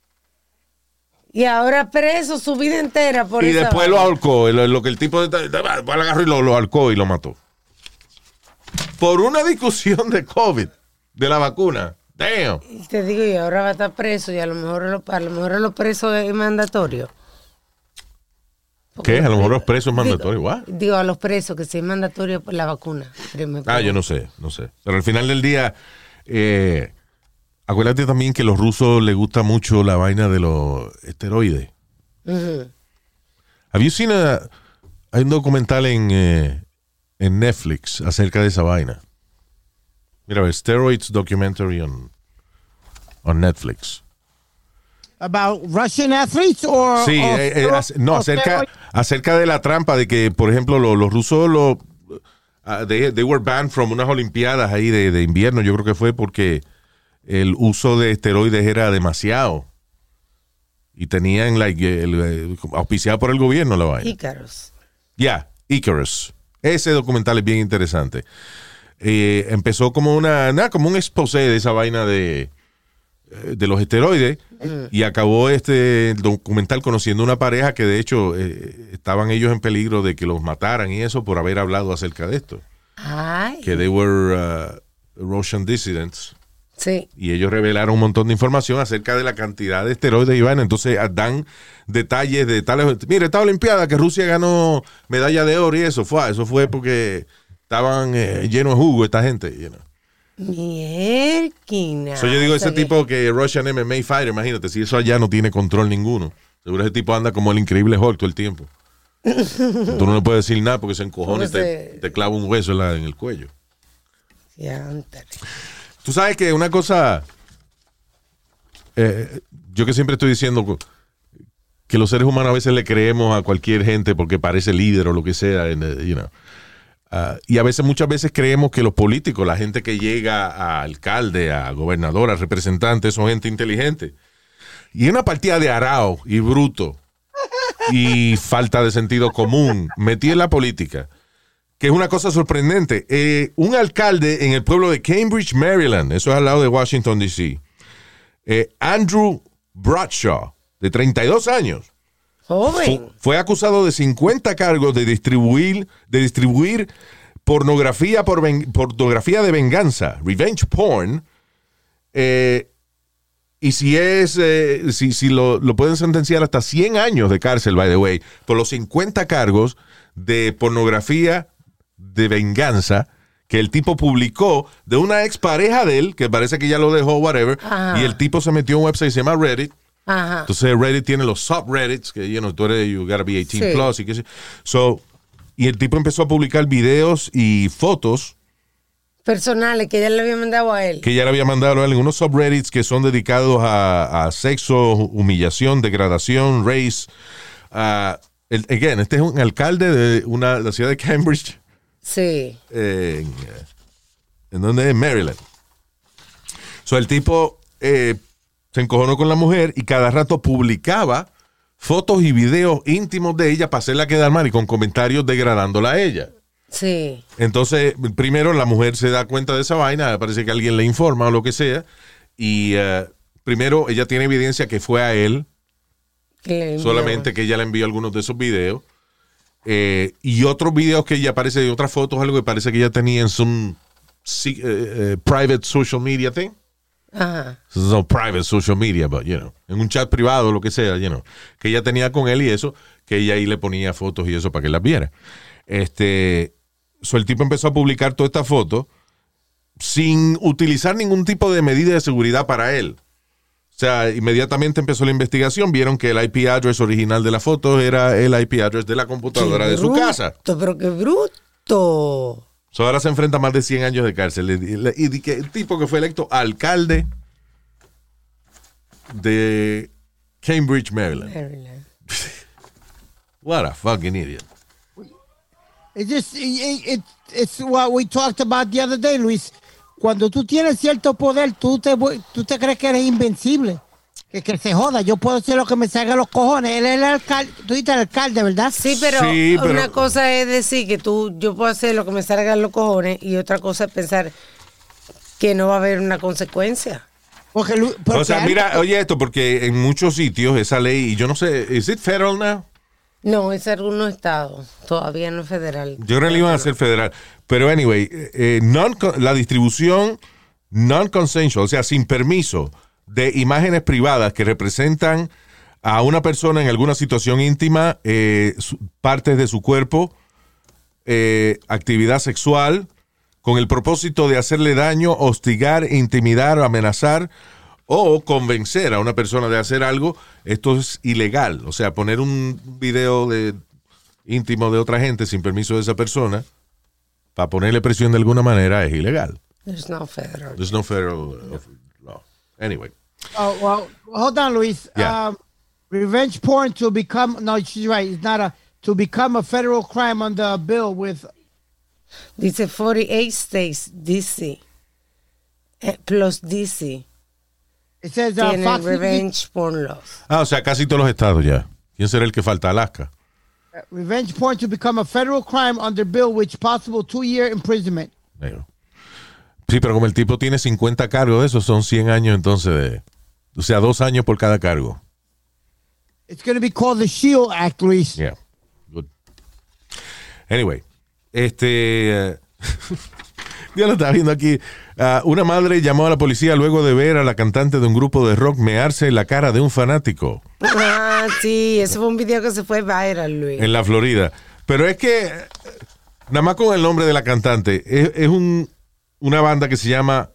Y ahora preso su vida entera por Y esa después lo vaina. ahorcó. Lo que el tipo lo agarró y lo ahorcó y lo mató. Por una discusión de COVID, de la vacuna. Damn. Y te digo, y ahora va a estar preso y a lo mejor los presos es mandatorio. ¿Qué? A lo mejor los presos es mandatorio. ¿What? Digo, a los presos que sí es mandatorio por la vacuna. Yo no sé. Pero al final del día, acuérdate también que a los rusos les gusta mucho la vaina de los esteroides. Ujú. Have you seen hay un documental en Netflix acerca de esa vaina. Mira, a ver, Steroids Documentary on Netflix. About Russian athletes or Sí, no, acerca de la trampa de que, por ejemplo, los rusos they were banned from unas olimpiadas ahí de invierno. Yo creo que fue porque el uso de esteroides era demasiado. Y tenían, auspiciado por el gobierno la vaina. Ícaros. Icarus. Ese documental es bien interesante. Empezó como como un exposé de esa vaina de los esteroides y acabó este documental conociendo una pareja que de hecho estaban ellos en peligro de que los mataran y eso por haber hablado acerca de esto. Ay. Que they were Russian dissidents. Sí. Y ellos revelaron un montón de información acerca de la cantidad de esteroides y vaina. Entonces dan detalles de tales. Mire, esta Olimpiada que Rusia ganó medalla de oro y eso fue porque estaban llenos de jugo esta gente. Mierquina. Yo digo, ese tipo que Russian MMA fighter, imagínate, si eso allá no tiene control ninguno. Seguro ese tipo anda como el increíble Hulk todo el tiempo. Tú no le puedes decir nada porque se encojona y te clava un hueso en el cuello. Tú sabes que una cosa, yo que siempre estoy diciendo que los seres humanos a veces le creemos a cualquier gente porque parece líder o lo que sea, y muchas veces creemos que los políticos, la gente que llega a alcalde, a gobernador, a representante, son gente inteligente. Y una partida de arao y bruto y falta de sentido común metí en la política, que es una cosa sorprendente. Un alcalde en el pueblo de Cambridge, Maryland, eso es al lado de Washington, D.C., Andrew Bradshaw, de 32 años, Joven. Fue acusado de 50 cargos de distribuir pornografía pornografía de venganza, revenge porn. Y si lo pueden sentenciar hasta 100 años de cárcel, by the way, por los 50 cargos de pornografía de venganza que el tipo publicó de una expareja de él, que parece que ya lo dejó, whatever, y el tipo se metió a un website que se llama Reddit. Ajá. Entonces Reddit tiene los subreddits, que tú eres, you gotta be 18 Sí. plus, y qué sé. Y el tipo empezó a publicar videos y fotos Personales que ella le había mandado a él. que ya le había mandado a él en unos subreddits que son dedicados a sexo, humillación, degradación, race. Este es un alcalde de la ciudad de Cambridge. Sí. ¿En donde? En Maryland. El tipo se encojonó con la mujer y cada rato publicaba fotos y videos íntimos de ella para hacerla quedar mal y con comentarios degradándola a ella. Sí. Entonces, primero la mujer se da cuenta de esa vaina, parece que alguien le informa o lo que sea, y primero ella tiene evidencia que fue a él, solamente que ella le envió algunos de esos videos, y otros videos que ella aparece de otras fotos, algo que parece que ella tenía en su private social media thing. Ajá. No private social media, but, en un chat privado, lo que sea, que ella tenía con él y eso, que ella ahí le ponía fotos y eso para que las viera. El tipo empezó a publicar toda esta foto sin utilizar ningún tipo de medida de seguridad para él. O sea, inmediatamente empezó la investigación, vieron que el IP address original de la foto era el IP address de la computadora de su casa. Pero qué bruto. Ahora se enfrenta a más de 100 años de cárcel. Y que el tipo que fue electo alcalde de Cambridge, Maryland. What a fucking idiot. It's what we talked about the other day, Luis. Cuando tú tienes cierto poder, tú te crees que eres invencible. Que se joda, yo puedo hacer lo que me salga a los cojones. Él es el alcalde, tú dices el alcalde, ¿verdad? Sí, pero una cosa es decir que yo puedo hacer lo que me salga a los cojones y otra cosa es pensar que no va a haber una consecuencia. Porque mira, oye esto, porque en muchos sitios esa ley, y yo no sé, ¿is it federal now? No, es algunos estados, todavía no es federal. Yo creo que le iban a hacer federal. Pero anyway, la distribución non-consensual, o sea, sin permiso, de imágenes privadas que representan a una persona en alguna situación íntima, partes de su cuerpo, actividad sexual, con el propósito de hacerle daño, hostigar, intimidar, amenazar o convencer a una persona de hacer algo, esto es ilegal. O sea, poner un video íntimo de otra gente sin permiso de esa persona para ponerle presión de alguna manera es ilegal. There's no federal. There's no federal law. Anyway. Oh, well, hold on, Luis. Yeah. Revenge porn to become, no, she's right, it's not to become a federal crime on the bill with... Dice 48 states, DC, plus DC. It says tienen Fox revenge porn laws. O sea, casi todos los estados ya. ¿Quién será el que falta? Alaska. Revenge porn to become a federal crime under bill with possible 2-year imprisonment. Sí, pero como el tipo tiene 50 cargos de esos, son 100 años entonces o sea, 2 años por cada cargo. It's going to be called the SHIELD Act, Luis. Yeah. Good. Anyway, yo lo estaba viendo aquí. Una madre llamó a la policía luego de ver a la cantante de un grupo de rock mearse en la cara de un fanático. Ah, sí, ese fue un video que se fue viral, Luis. En la Florida. Pero es que, nada más con el nombre de la cantante, es una banda que se llama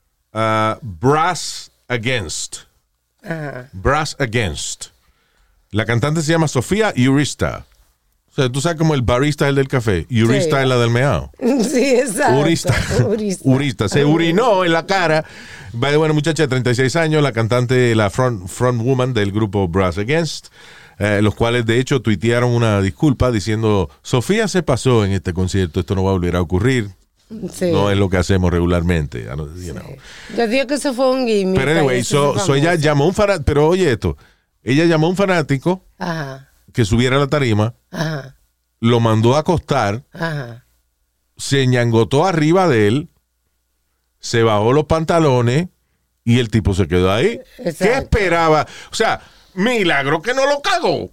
Brass Against. Ajá. Brass Against. La cantante se llama Sofía Urista. O sea, tú sabes como el barista es el del café. Urista es la del meao. Sí, exacto. Urista. Se urinó en la cara. Bueno, muchacha de 36 años, la cantante, la front woman del grupo Brass Against, los cuales de hecho tuitearon una disculpa diciendo, Sofía se pasó en este concierto, esto no va a volver a ocurrir. Sí. No es lo que hacemos regularmente. You know. Yo digo que eso fue un gimmick. Pero anyway, ella llamó a un fanático, pero oye esto, ella llamó a un fanático Ajá. que subiera a la tarima, Ajá. lo mandó a acostar, Ajá. se ñangotó arriba de él, se bajó los pantalones y el tipo se quedó ahí. Exacto. ¿Qué esperaba? O sea, Milagro que no lo cagó.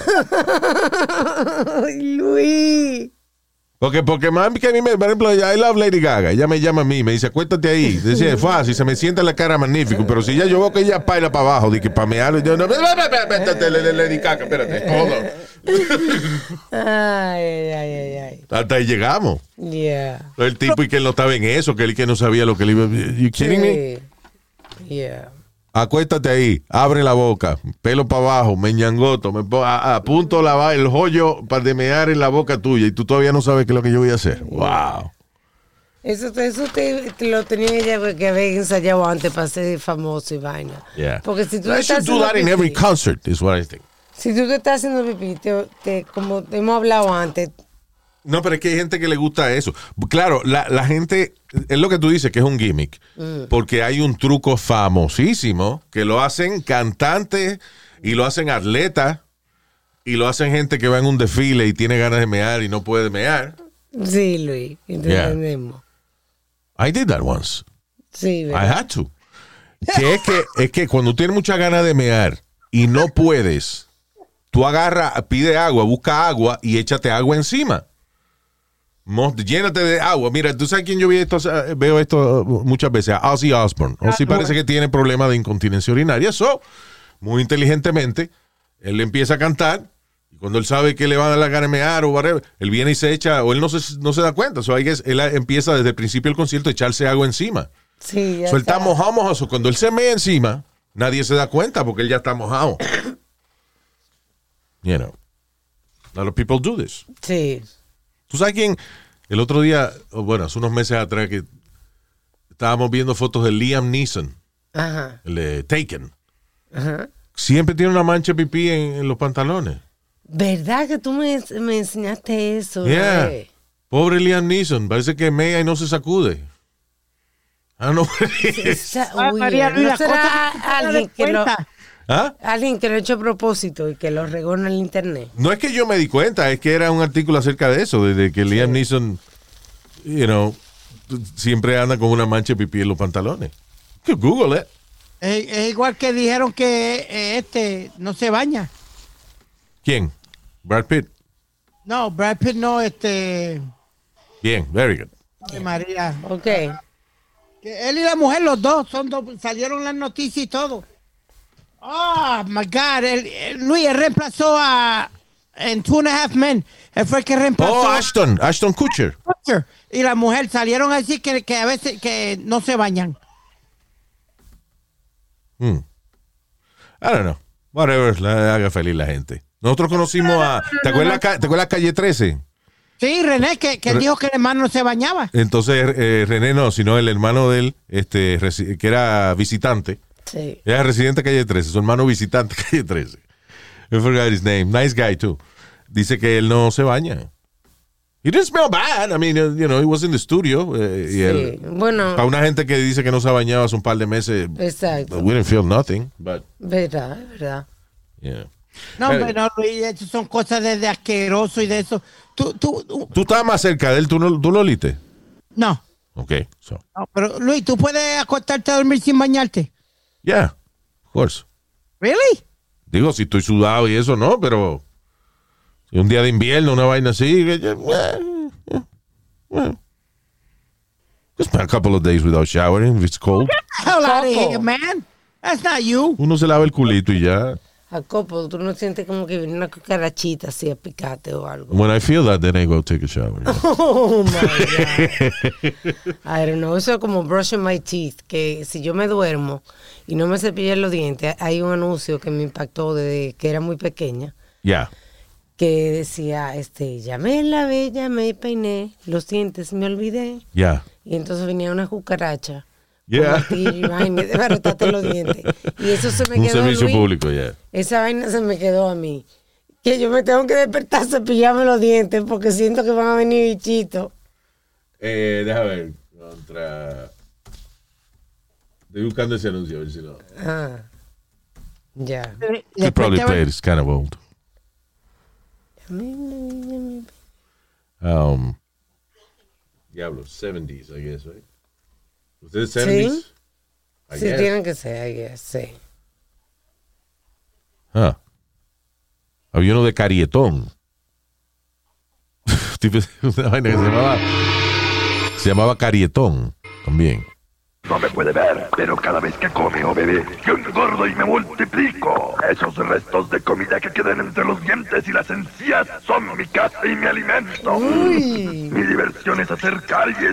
Ay, Luis. Porque más que a mí, por ejemplo, I love Lady Gaga. Ella me llama a mí, me dice, acuéstate ahí. Decía, es fácil, se me sienta en la cara magnífico. Pero si ya yo veo que ella paila para abajo, de que para mear, yo no. Lady Gaga, espérate, hold on. Ay. Hasta ahí llegamos. Yeah. El tipo y que él no estaba en eso, que él que no sabía lo que le iba. You kidding me? Yeah. Acuéstate ahí, abre la boca, pelo para abajo, meñangoto, a punto lavar el joyo para demear en la boca tuya y tú todavía no sabes qué es lo que yo voy a hacer. Wow. Eso te lo tenía ella que había ensayado antes para ser famoso y vaina. Yeah. Porque si tú I should do that in every concert, is what I think. Si tú te estás haciendo pipí, como hemos hablado antes. No, pero es que hay gente que le gusta eso. Claro, la gente, es lo que tú dices, que es un gimmick. Porque hay un truco famosísimo que lo hacen cantantes y lo hacen atletas y lo hacen gente que va en un desfile y tiene ganas de mear y no puede mear. Sí, Luis, entendemos. I did that once. Sí, I had to. Es que cuando tienes mucha ganas de mear y no puedes, tú pide agua, busca agua y échate agua encima. Llénate de agua. Mira, tú sabes quién yo veo esto muchas veces, a Ozzy Osbourne. Ozzy parece que tiene problemas de incontinencia urinaria. Muy inteligentemente, él empieza a cantar y cuando él sabe que le va a dar la gana de mear o whatever, él viene y se echa, o él no se da cuenta. Él empieza desde el principio del concierto a echarse agua encima. Sí, Él está mojado. Cuando él se mea encima, nadie se da cuenta porque él ya está mojado. You know, a lot of people do this. Sí. ¿Tú sabes quién? El otro día, bueno, hace unos meses atrás, que estábamos viendo fotos de Liam Neeson, Ajá. el de Taken. Ajá. Siempre tiene una mancha de pipí en los pantalones. ¿Verdad que tú me enseñaste eso? Yeah. Pobre Liam Neeson, parece que mea y no se sacude. Ah, no. María Luis, ¿No la será cosa alguien que lo... ¿Ah? Alguien que lo ha hecho a propósito y que lo regó en el internet. No es que yo me di cuenta, es que era un artículo acerca de eso, de que Liam Neeson, you know, siempre anda con una mancha de pipí en los pantalones. Que Google it. Es igual que dijeron que no se baña. ¿Quién? Brad Pitt. No, Brad Pitt no, Bien, very good. María. Ok. Que él y la mujer, los dos, salieron las noticias y todo. Oh, my God. Luis, él reemplazó en 2.5 Men. Él fue el que reemplazó. Oh, Ashton Kutcher. Y la mujer salieron a decir que a veces que no se bañan. I don't know. Whatever, haga feliz la gente. Nosotros conocimos a... ¿Te acuerdas Calle 13? Sí, René, que él dijo que el hermano no se bañaba. Entonces, René no, sino el hermano de él, que era visitante. Sí. Era residente de Calle 13, su hermano visitante de Calle 13. I forgot his name. Nice guy, too. Dice que él no se baña. He didn't smell bad. I mean, you know, he was in the studio. Sí. Bueno. Para una gente que dice que no se ha bañado hace un par de meses. Exacto. We didn't feel nothing, but... Verdad. Yeah. No, pero no, Luis, eso son cosas de asqueroso y de eso. Tú estabas más cerca de él, ¿tú lo oliste? No. Ok, so. No, pero Luis, ¿tú puedes acostarte a dormir sin bañarte? Yeah, of course. ¿Really? Digo, si estoy sudado y eso no, pero si un día de invierno, una vaina así, just spend a couple of days without showering if it's cold. Get the hell out of here, man. That's not you. Uno se lava el culito y ya. Jacopo, tú no sientes como que viene una cucarachita así a picarte o algo. When I feel that, then I go take a shower. Yeah. Oh my God. I don't know. Eso es como brushing my teeth. Que si yo me duermo y no me cepillé los dientes, hay un anuncio que me impactó desde que era muy pequeña. Yeah. Que decía, ya me lavé, ya me peiné, los dientes me olvidé. Yeah. Y entonces venía una cucaracha. Yeah. Y vaina de barotarte los dientes. Y eso se me quedó. Un servicio Luis. público, ya. Esa vaina se me quedó a mí. Que yo me tengo que despertar, cepillarme los dientes porque siento que van a venir bichitos. Déjame ver. Estoy buscando ese anuncio, a ver si lo... Ah. Ya. You probably played it. It's kind of old. Diablo, 70s, I guess, right? ¿Ustedes 70s? Sí, sí tienen que ser, I guess, sí. Había uno de Carietón. Una vaina que se llamaba Carietón también. No me puede ver, pero cada vez que come o bebe, yo engordo y me multiplico. Esos restos de comida que quedan entre los dientes y las encías son mi casa y mi alimento. Uy. Mi diversión es hacer caries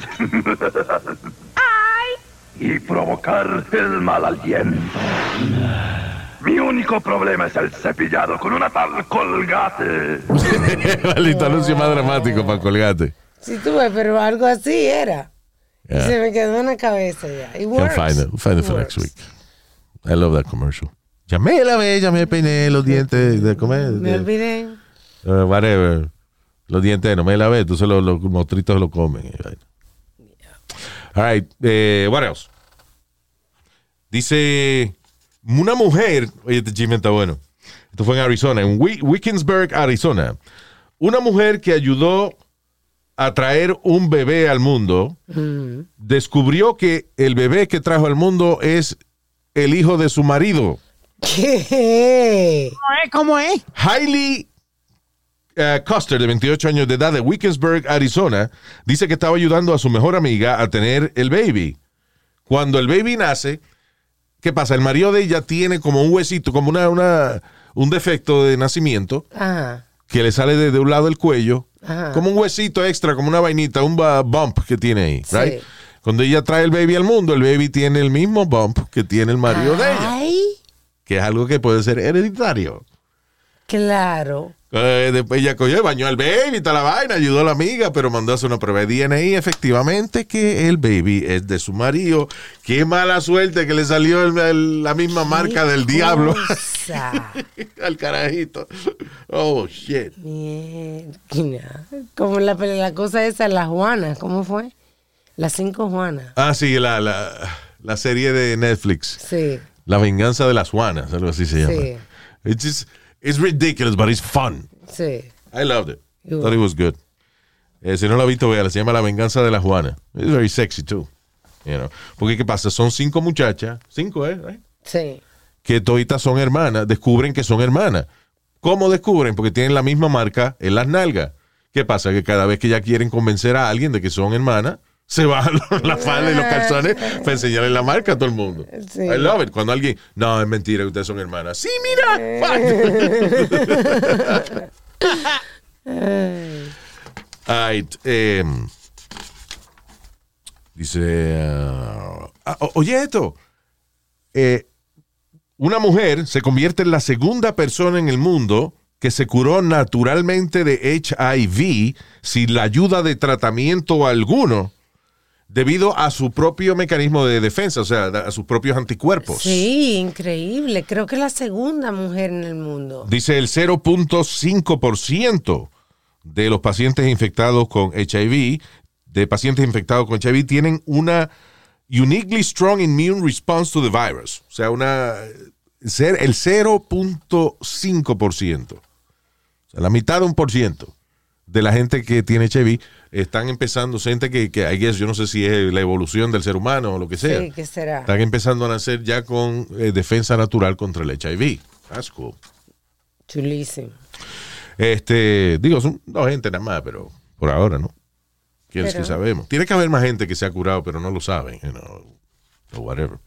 y provocar el mal aliento. Mi único problema es el cepillado con una tal Colgate. Maldito anuncio más dramático para Colgate. Sí, tú ves, pero algo así era. Yeah. Se me quedó en la cabeza ya. It Can't works. find it. We'll find it for next week. I love that commercial. Llamé la vez, llamé, peiné los dientes de comer. Me olvidé. Whatever. Los dientes no me lavé, entonces los motritos lo comen. All right. What else? Dice una mujer. Oye, este chisme está bueno. Esto fue en Arizona, en Wickensburg, Arizona. Una mujer que ayudó a traer un bebé al mundo, descubrió que el bebé que trajo al mundo es el hijo de su marido. ¿Qué? ¿Cómo es? Hailey Custer, de 28 años de edad, de Wickensburg, Arizona, dice que estaba ayudando a su mejor amiga a tener el baby. Cuando el baby nace, ¿qué pasa? El marido de ella tiene como un huesito, como un defecto de nacimiento. Ajá. Que le sale de un lado del cuello, Ajá. como un huesito extra, como una vainita, un bump que tiene ahí, Sí. right? Cuando ella trae el baby al mundo, el baby tiene el mismo bump que tiene el marido de ella, Ay, que es algo que puede ser hereditario. claro. Después ella cogió, bañó al baby, toda la vaina, ayudó a la amiga, pero mandó a hacer una prueba de DNA y efectivamente que el baby es de su marido. Qué mala suerte que le salió la misma marca del diablo Cosa. al carajito. Oh, shit. Mierda. Como la cosa esa, la Juana, ¿cómo fue? Las 5 Juanas. Ah, sí, la serie de Netflix. Sí. La venganza de las Juanas, algo así se llama. Sí. It's ridiculous, but it's fun. Sí. I loved it. Thought it was good. Si no la ha visto, véala. Se llama La venganza de la Juana. It's very sexy, too. You know. Porque, ¿qué pasa? Son 5 muchachas. 5, right? Sí. Que toditas son hermanas. Descubren que son hermanas. ¿Cómo descubren? Porque tienen la misma marca en las nalgas. ¿Qué pasa? Que cada vez que ya quieren convencer a alguien de que son hermanas, se bajan la falda y los calzones para enseñarle la marca a todo el mundo. Sí. I love it. Cuando alguien, no, es mentira que ustedes son hermanas. Sí, mira. Right, dice, oye esto. Una mujer se convierte en la segunda persona en el mundo que se curó naturalmente de HIV sin la ayuda de tratamiento alguno, debido a su propio mecanismo de defensa, o sea, a sus propios anticuerpos. Sí, increíble. Creo que es la segunda mujer en el mundo. Dice el 0.5% de los pacientes infectados con HIV, tienen una uniquely strong immune response to the virus. O sea, el 0.5%. O sea, la mitad de 1% de la gente que tiene HIV están empezando, gente que I guess, yo no sé si es la evolución del ser humano o lo que sea. Sí, ¿qué será? Están empezando a nacer ya con defensa natural contra el HIV. That's cool. Chulísimo. Digo, son 2 gente nada más, pero por ahora, ¿no? ¿Quiénes que sabemos? Tiene que haber más gente que se ha curado, pero no lo saben, o whatever.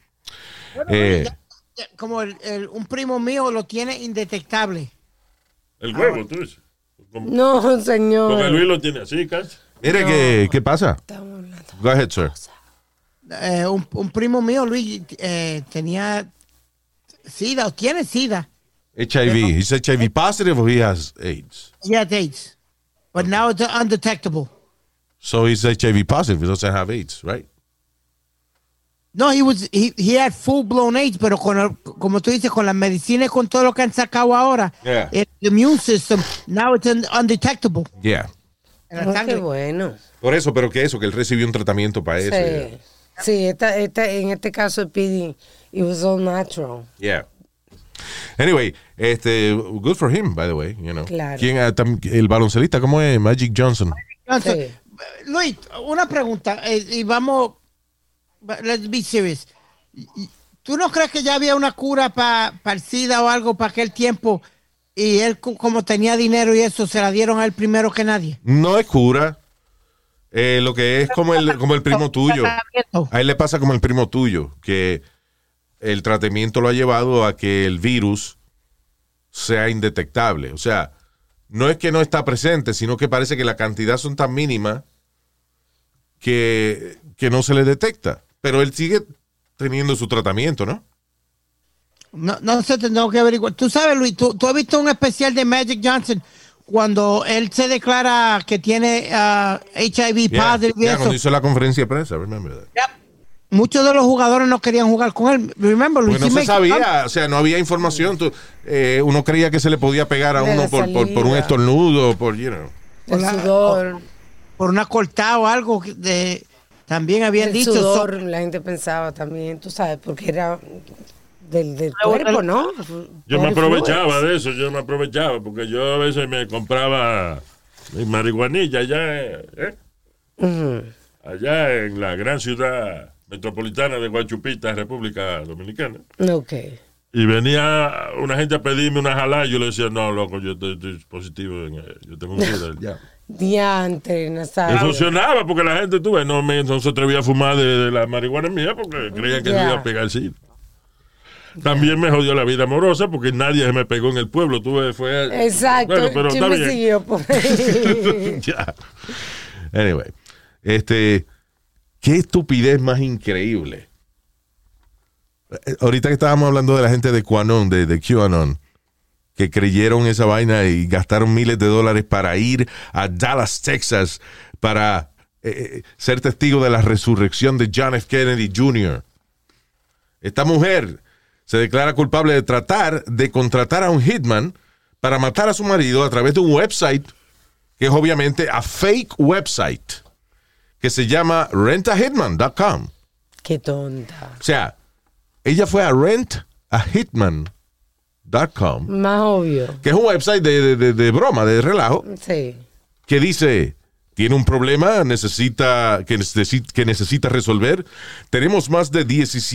Como un primo mío lo tiene indetectable. El huevo, tú dices. No, señor. Porque Luis lo tiene así, casi. Mire, ¿qué pasa? Go ahead, sir. Un primo mío, Luis, tenía SIDA o tiene SIDA. HIV. He's HIV positive or he has AIDS? He had AIDS. But now it's undetectable. So he's HIV positive. He doesn't have AIDS, right? No, he had full blown AIDS, pero como tú dices, con la medicina y con todo lo que han sacado ahora, el immune system, now it's undetectable. Yeah. Qué bueno. Por eso, pero que él recibió un tratamiento para eso. Sí, en este caso el PD, it was all natural. Yeah. Anyway, good for him, by the way, you know. Claro. ¿Quién, el baloncelista, ¿cómo es? Magic Johnson. Sí. Luis, una pregunta, y vamos, let's be serious. ¿Tú no crees que ya había una cura para el SIDA o algo para aquel tiempo? Y él, como tenía dinero y eso, se la dieron a él primero que nadie. No es cura. Lo que es como el primo tuyo. A él le pasa como el primo tuyo, que el tratamiento lo ha llevado a que el virus sea indetectable. O sea, no es que no está presente, sino que parece que la cantidad son tan mínimas que no se le detecta. Pero él sigue teniendo su tratamiento, ¿no? No sé, tengo que averiguar. Tú sabes, Luis, tú has visto un especial de Magic Johnson cuando él se declara que tiene HIV positive y eso. Cuando hizo la conferencia de prensa, remember that. Yep. Muchos de los jugadores no querían jugar con él. Remember, Luis. Pues no se sabía, o sea, no había información. Uno creía que se le podía pegar a uno por un estornudo, por, you know. El sudor. Por una cortada o algo. También habían dicho. Sudor, la gente pensaba también, tú sabes, porque era del cuerpo, ¿no? Yo me aprovechaba de eso, porque yo a veces me compraba mi marihuanilla allá en la gran ciudad metropolitana de Guachupita, República Dominicana. Ok. Y venía una gente a pedirme una jalá y yo le decía, no, loco, yo estoy positivo, yo tengo un SIDA. Diantre, Nazario. Y funcionaba porque la gente, tú ves, no se atrevía a fumar de la marihuana mía porque creían que se iba a pegar el SIDA. También me jodió la vida amorosa porque nadie se me pegó en el pueblo. Tú ves, fue... Exacto, bueno, pero ¿quién está me bien. siguió por ahí? Ya. Anyway, qué estupidez más increíble. Ahorita que estábamos hablando de la gente de QAnon, de QAnon, que creyeron esa vaina y gastaron miles de dólares para ir a Dallas, Texas, para ser testigo de la resurrección de John F. Kennedy Jr. Esta mujer se declara culpable de tratar de contratar a un hitman para matar a su marido a través de un website que es obviamente a fake website que se llama rentahitman.com. Qué tonta. O sea, ella fue a rentahitman.com, más obvio. que es un website de broma, de relajo, Sí. que dice, tiene un problema, que necesita resolver. Tenemos más de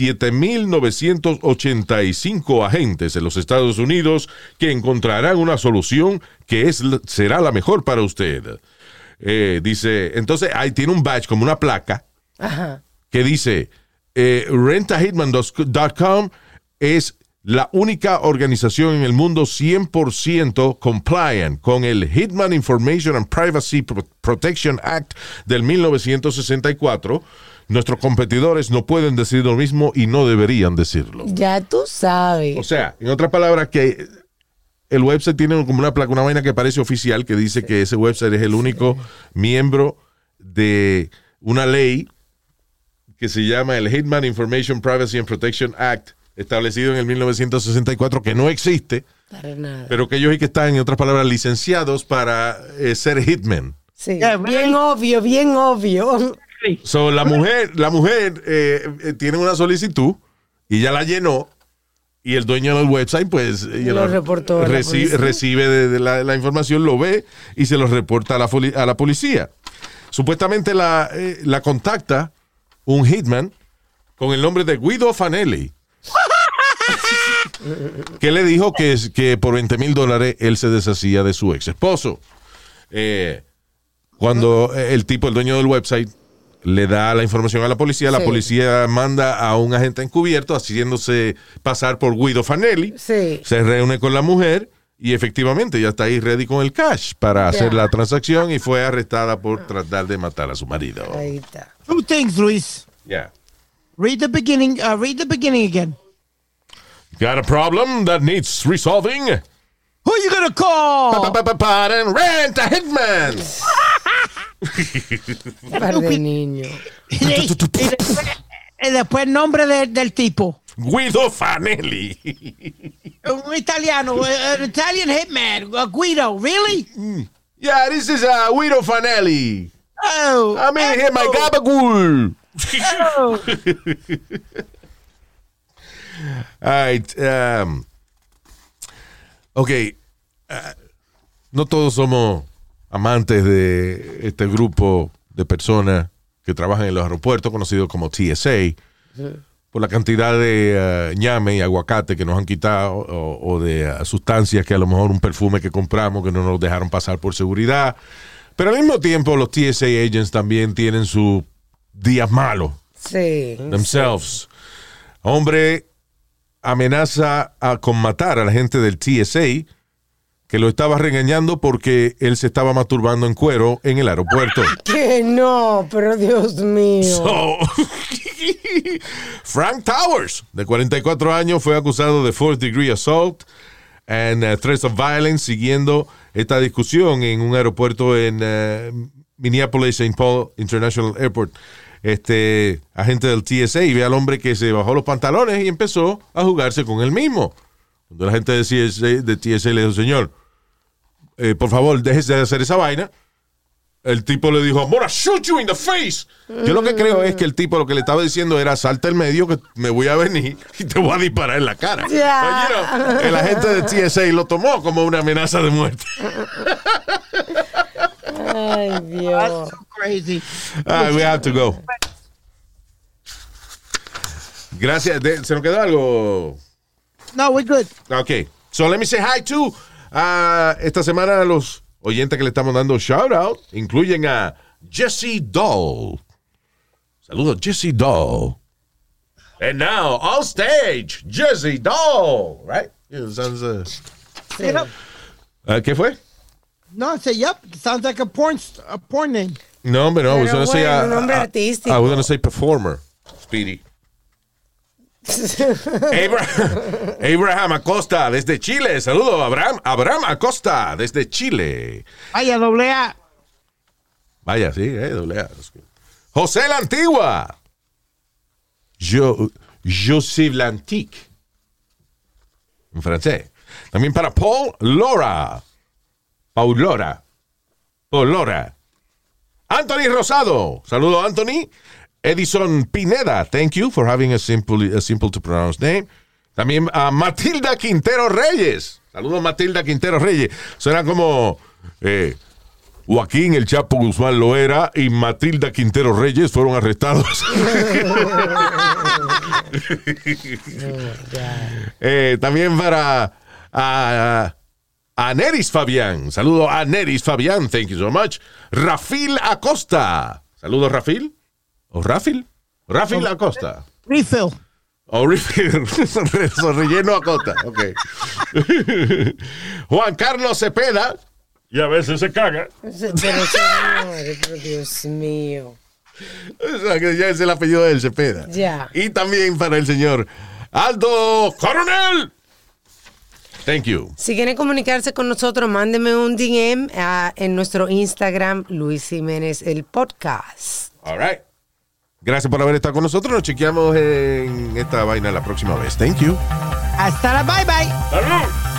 17,985 agentes en los Estados Unidos que encontrarán una solución que será la mejor para usted. Dice, entonces ahí tiene un badge como una placa. Ajá. Que dice rentahitman.com es la única organización en el mundo 100% compliant con el Hitman Information and Privacy Protection Act del 1964. Nuestros competidores no pueden decir lo mismo y no deberían decirlo. Ya tú sabes. O sea, en otras palabras, que el website tiene como una placa, una vaina que parece oficial, que dice que ese website es el único miembro de una ley que se llama el Hitman Information Privacy and Protection Act, establecido en el 1964, que no existe, Para nada. pero que ellos sí que están, en otras palabras, licenciados para ser hitmen. Sí, bien obvio, bien obvio. So, la mujer tiene una solicitud y ya la llenó, y el dueño del website, pues, Lo reportó a la policía. recibe de la información, lo ve y se lo reporta a la policía. Supuestamente la contacta un hitman con el nombre de Guido Fanelli, que le dijo que por $20,000 él se deshacía de su ex esposo. Cuando el dueño del website, le da la información a la policía, la policía manda a un agente encubierto haciéndose pasar por Guido Fanelli, se reúne con la mujer y efectivamente ya está ahí ready con el cash para hacer la transacción, y fue arrestada por tratar de matar a su marido. Ahí está. Two things, Luis. Yeah. Read the beginning again. Got a problem that needs resolving? Who you gonna call? Rent a hitman. Par de niño. Y después el nombre del tipo. Guido Fanelli. Un italiano, an Italian hitman, Guido, really? Yeah, this is Guido Fanelli. Oh, I'm in here, my gabagool. oh. All right. No todos somos amantes de este grupo de personas que trabajan en los aeropuertos, conocidos como TSA, por la cantidad de ñame y aguacate que nos han quitado o de sustancias que a lo mejor un perfume que compramos que no nos dejaron pasar por seguridad. Pero al mismo tiempo los TSA agents también tienen sus días malos. Sí. Themselves. Hombre amenaza con matar a la gente del TSA que lo estaba regañando porque él se estaba masturbando en cuero en el aeropuerto. Que no, pero Dios mío. So, Frank Towers, de 44 años, fue acusado de 4th degree assault and threats of violence, siguiendo esta discusión en un aeropuerto en Minneapolis St. Paul International Airport. Agente del TSA, y ve al hombre que se bajó los pantalones y empezó a jugarse con él mismo. Cuando la gente de TSA le dijo, señor, por favor, déjese de hacer esa vaina, el tipo le dijo, I'm gonna shoot you in the face. Yo lo que creo es que el tipo lo que le estaba diciendo era, salta el medio que me voy a venir y te voy a disparar en la cara. Yeah. El agente de TSA lo tomó como una amenaza de muerte. Ay, Dios. That's so crazy. We have to go. Gracias. ¿Se nos quedó algo? No, we're good. Okay. So let me say hi to esta semana a los oyentes que le estamos dando shout out. Incluyen a Jesse Doll. Saludos, Jesse Doll. And now, on stage, Jesse Doll. Right? Yeah, sounds, ¿qué fue? No, say yep. Sounds like a porn name. No, hombre, no. I was Pero going to say bueno, un nombre artístico. I was going to say performer. Speedy. Abraham Acosta desde Chile. Saludos, Abraham Acosta desde Chile. Vaya, doble A. Vaya, sí, doble A. José la Antigua. José Lantique. En francés. También para Paul Lora. Anthony Rosado. Saludos, Anthony. Edison Pineda, thank you for having a simple to pronounce name. También a Matilda Quintero Reyes. Saludos, Matilda Quintero Reyes. Suena como Joaquín El Chapo Guzmán Loera y Matilda Quintero Reyes fueron arrestados. También para a Neris Fabián. Saludos a Neris Fabián, thank you so much. Rafil Acosta. Saludos, Rafil. ¿O Rafil? Rafil Acosta. Refill. O Refill. Relleno Acosta. Ok. Juan Carlos Cepeda. Y a veces se caga. Pero Dios mío. O sea, que ya es el apellido del Cepeda. Ya. Y también para el señor Aldo Coronel. Thank you. Si quieren comunicarse con nosotros, mándeme un DM en nuestro Instagram, Luis Jiménez, el podcast. All right. Gracias por haber estado con nosotros. Nos chequeamos en esta vaina la próxima vez. Thank you. Hasta la bye bye. ¡Salud!